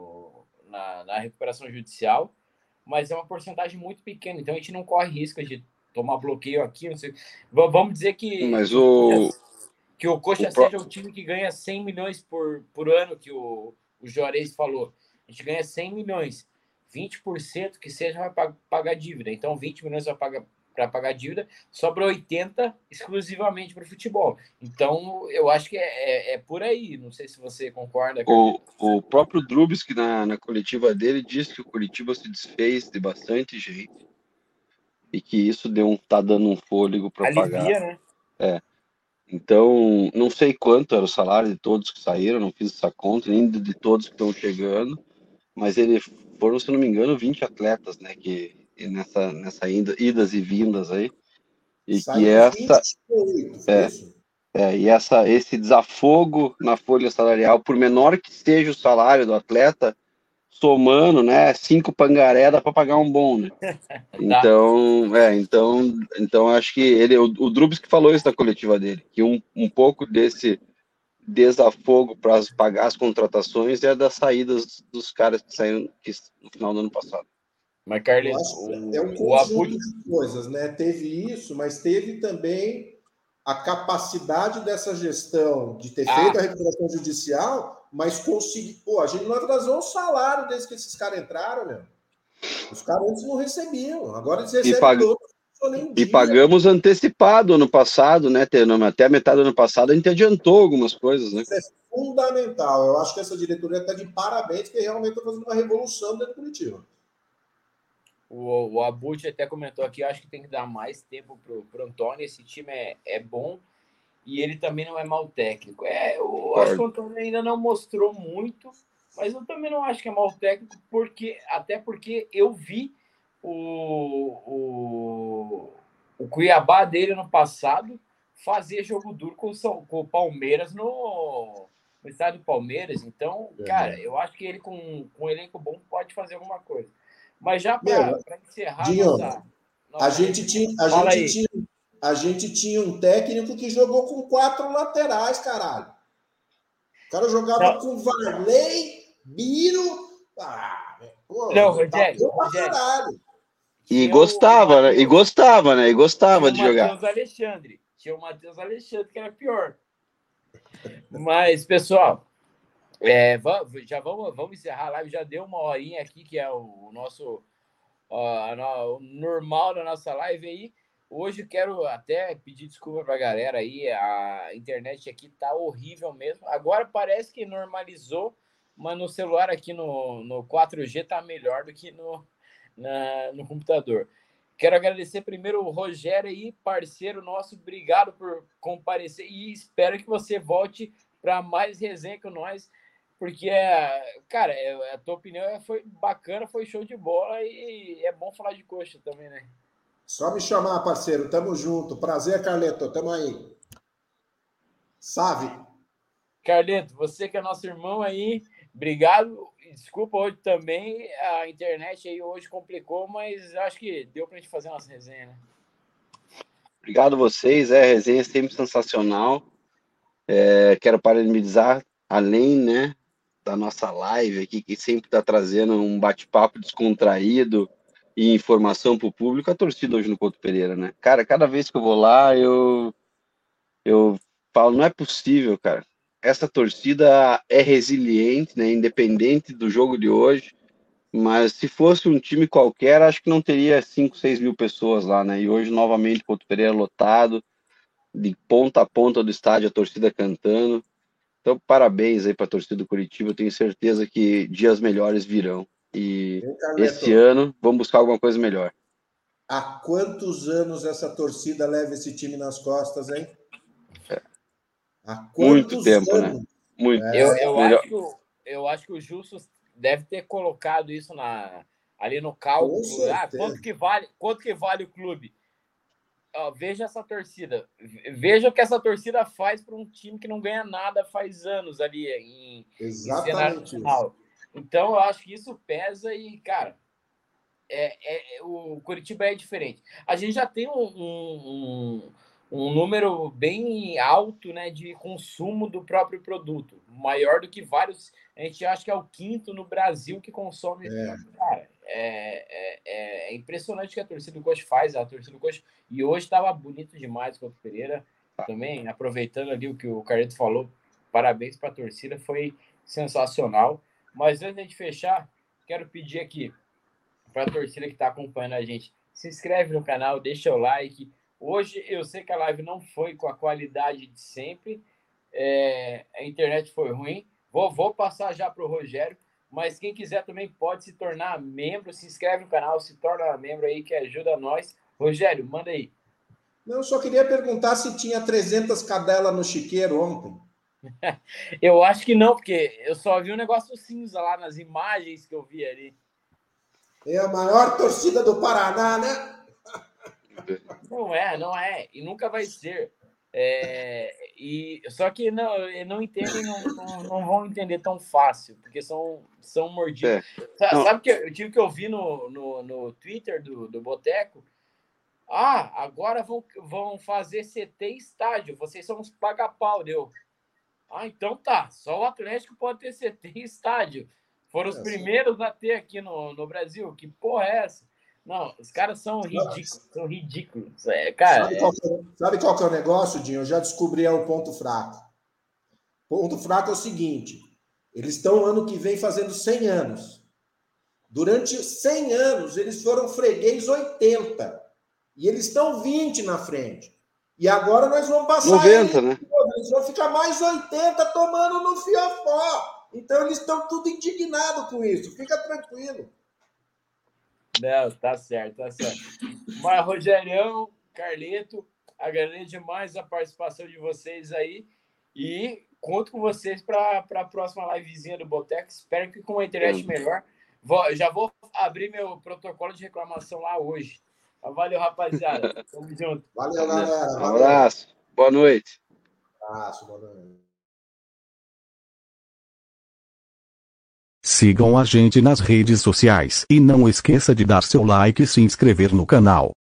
na recuperação judicial, mas é uma porcentagem muito pequena, então a gente não corre risco de tomar bloqueio aqui. Não sei. Vamos dizer que o Coxa seja o time que ganha 100 milhões por ano, que o Juarez falou. A gente ganha 100 milhões. 20% que seja vai pagar dívida. Então, 20 milhões vai pagar para pagar dívida, sobra 80 exclusivamente para o futebol. Então, eu acho que é por aí. Não sei se você concorda. O próprio Drubsky, na coletiva dele, disse que o Curitiba se desfez de bastante jeito e que isso tá dando um fôlego para pagar. Né? Então, não sei quanto era o salário de todos que saíram, não fiz essa conta, nem de todos que estão chegando, mas foram, se não me engano, 20 atletas, né, que nessa idas e vindas aí, e que esse desafogo na folha salarial, por menor que seja o salário do atleta, somando, né, 5 pangaré dá para pagar um bom, né? Então acho que o Drubsky falou isso na coletiva dele, que um pouco desse desafogo para pagar as contratações é das saídas dos caras que saíram no final do ano passado. Mas, Carlinhos, é um conjunto de coisas, né? Teve isso, mas teve também a capacidade dessa gestão de ter feito a recuperação judicial, mas conseguir. Pô, a gente não atrasou o salário desde que esses caras entraram, meu. Os caras antes não recebiam, agora eles recebem todos. E pagamos antecipado ano passado, né? Até a metade do ano passado a gente adiantou algumas coisas, né? Isso é fundamental. Eu acho que essa diretoria está de parabéns, porque realmente está fazendo uma revolução dentro do Curitiba. O Abut até comentou aqui, acho que tem que dar mais tempo pro Antônio. Esse time é bom e ele também não é mau técnico. Eu acho que o Antônio ainda não mostrou muito, mas eu também não acho que é mau técnico, até porque eu vi o Cuiabá dele no passado fazer jogo duro com o Palmeiras no estádio do Palmeiras. Então, cara, eu acho que ele com um elenco bom pode fazer alguma coisa. Mas já para encerrar a gente tinha um técnico que jogou com 4 laterais, caralho. O cara jogava com Varley, Biro. Rogério. E gostava, né? E gostava de jogar. Tinha o Matheus Alexandre, que era pior. Mas, pessoal, vamos encerrar a live. Já deu uma horinha aqui, que é o nosso o normal da nossa live aí. Hoje quero até pedir desculpa para a galera aí. A internet aqui tá horrível mesmo. Agora parece que normalizou, mas no celular aqui no 4G tá melhor do que no computador. Quero agradecer primeiro o Rogério aí, parceiro nosso. Obrigado por comparecer e espero que você volte para mais resenha com nós, porque, cara, a tua opinião foi bacana, foi show de bola e é bom falar de coxa também, né? Só me chamar, parceiro. Tamo junto. Prazer, Carleto. Tamo aí. Salve. Carleto, você que é nosso irmão aí, Obrigado. Desculpa hoje também, a internet aí hoje complicou, mas acho que deu pra gente fazer umas resenhas, né? Obrigado a vocês, a resenha é sempre sensacional. Quero parabenizar, além, né, da nossa live aqui, que sempre está trazendo um bate-papo descontraído e informação para o público, a torcida hoje no Couto Pereira, né? Cara, cada vez que eu vou lá, eu falo, não é possível, cara. Essa torcida é resiliente, né, independente do jogo de hoje, mas se fosse um time qualquer, acho que não teria 5, 6 mil pessoas lá, né? E hoje, novamente, Couto Pereira lotado, de ponta a ponta do estádio, a torcida cantando. Então, parabéns aí para a torcida do Curitiba. Eu tenho certeza que dias melhores virão. E esse ano, vamos buscar alguma coisa melhor. Há quantos anos essa torcida leva esse time nas costas, hein? Há quantos muito tempo, anos? Né? Muito. Eu acho que o Justo deve ter colocado isso ali no cálculo. Quanto que vale o clube? Veja essa torcida. Veja o que essa torcida faz para um time que não ganha nada faz anos ali em cenário nacional. Então, eu acho que isso pesa e, cara, o Curitiba é diferente. A gente já tem um número bem alto, né, de consumo do próprio produto, maior do que vários. A gente acha que é o 5º no Brasil que consome. Cara, é impressionante o que a torcida do Coxa faz. A torcida do Coxa, e hoje estava bonito demais com o Pereira também, aproveitando ali o que o Carleto falou. Parabéns para a torcida, foi sensacional. Mas antes de fechar, quero pedir aqui para a torcida que está acompanhando a gente, se inscreve no canal, deixa o like. Hoje eu sei que a live não foi com a qualidade de sempre, a internet foi ruim. Vou passar já para o Rogério, mas quem quiser também pode se tornar membro, se inscreve no canal, se torna membro aí que ajuda nós. Rogério, manda aí. Não, eu só queria perguntar se tinha 300 cadelas no chiqueiro ontem. Eu acho que não, porque eu só vi um negócio cinza lá nas imagens que eu vi ali. É a maior torcida do Paraná, né? Não é. E nunca vai ser. Só que não entendem, não vão entender tão fácil, porque são mordidos. Sabe que eu tive que ouvir no Twitter do Boteco? Agora vão fazer CT estádio. Vocês são uns paga-pau, deu. Então tá. Só o Atlético pode ter CT estádio. Foram os primeiros a ter aqui no Brasil. Que porra é essa? Não, os caras são ridículos. Cara, sabe qual que é o negócio, Dinho? Eu já descobri o ponto fraco. O ponto fraco é o seguinte. Eles estão ano que vem fazendo 100 anos. Durante 100 anos, eles foram freguês 80. E eles estão 20 na frente. E agora nós vamos passar 90, né? Eles vão ficar mais 80 tomando no fiofó. Então, eles estão tudo indignados com isso. Fica tranquilo. Não, tá certo. Mas, Rogerião, Carleto, agradeço demais a participação de vocês aí. E conto com vocês para a próxima livezinha do Boteco. Espero que com a internet melhor. Já vou abrir meu protocolo de reclamação lá hoje. Valeu, rapaziada. Tamo junto. Valeu, galera. Um abraço. Boa noite. Abraço, boa noite. Sigam a gente nas redes sociais e não esqueça de dar seu like e se inscrever no canal.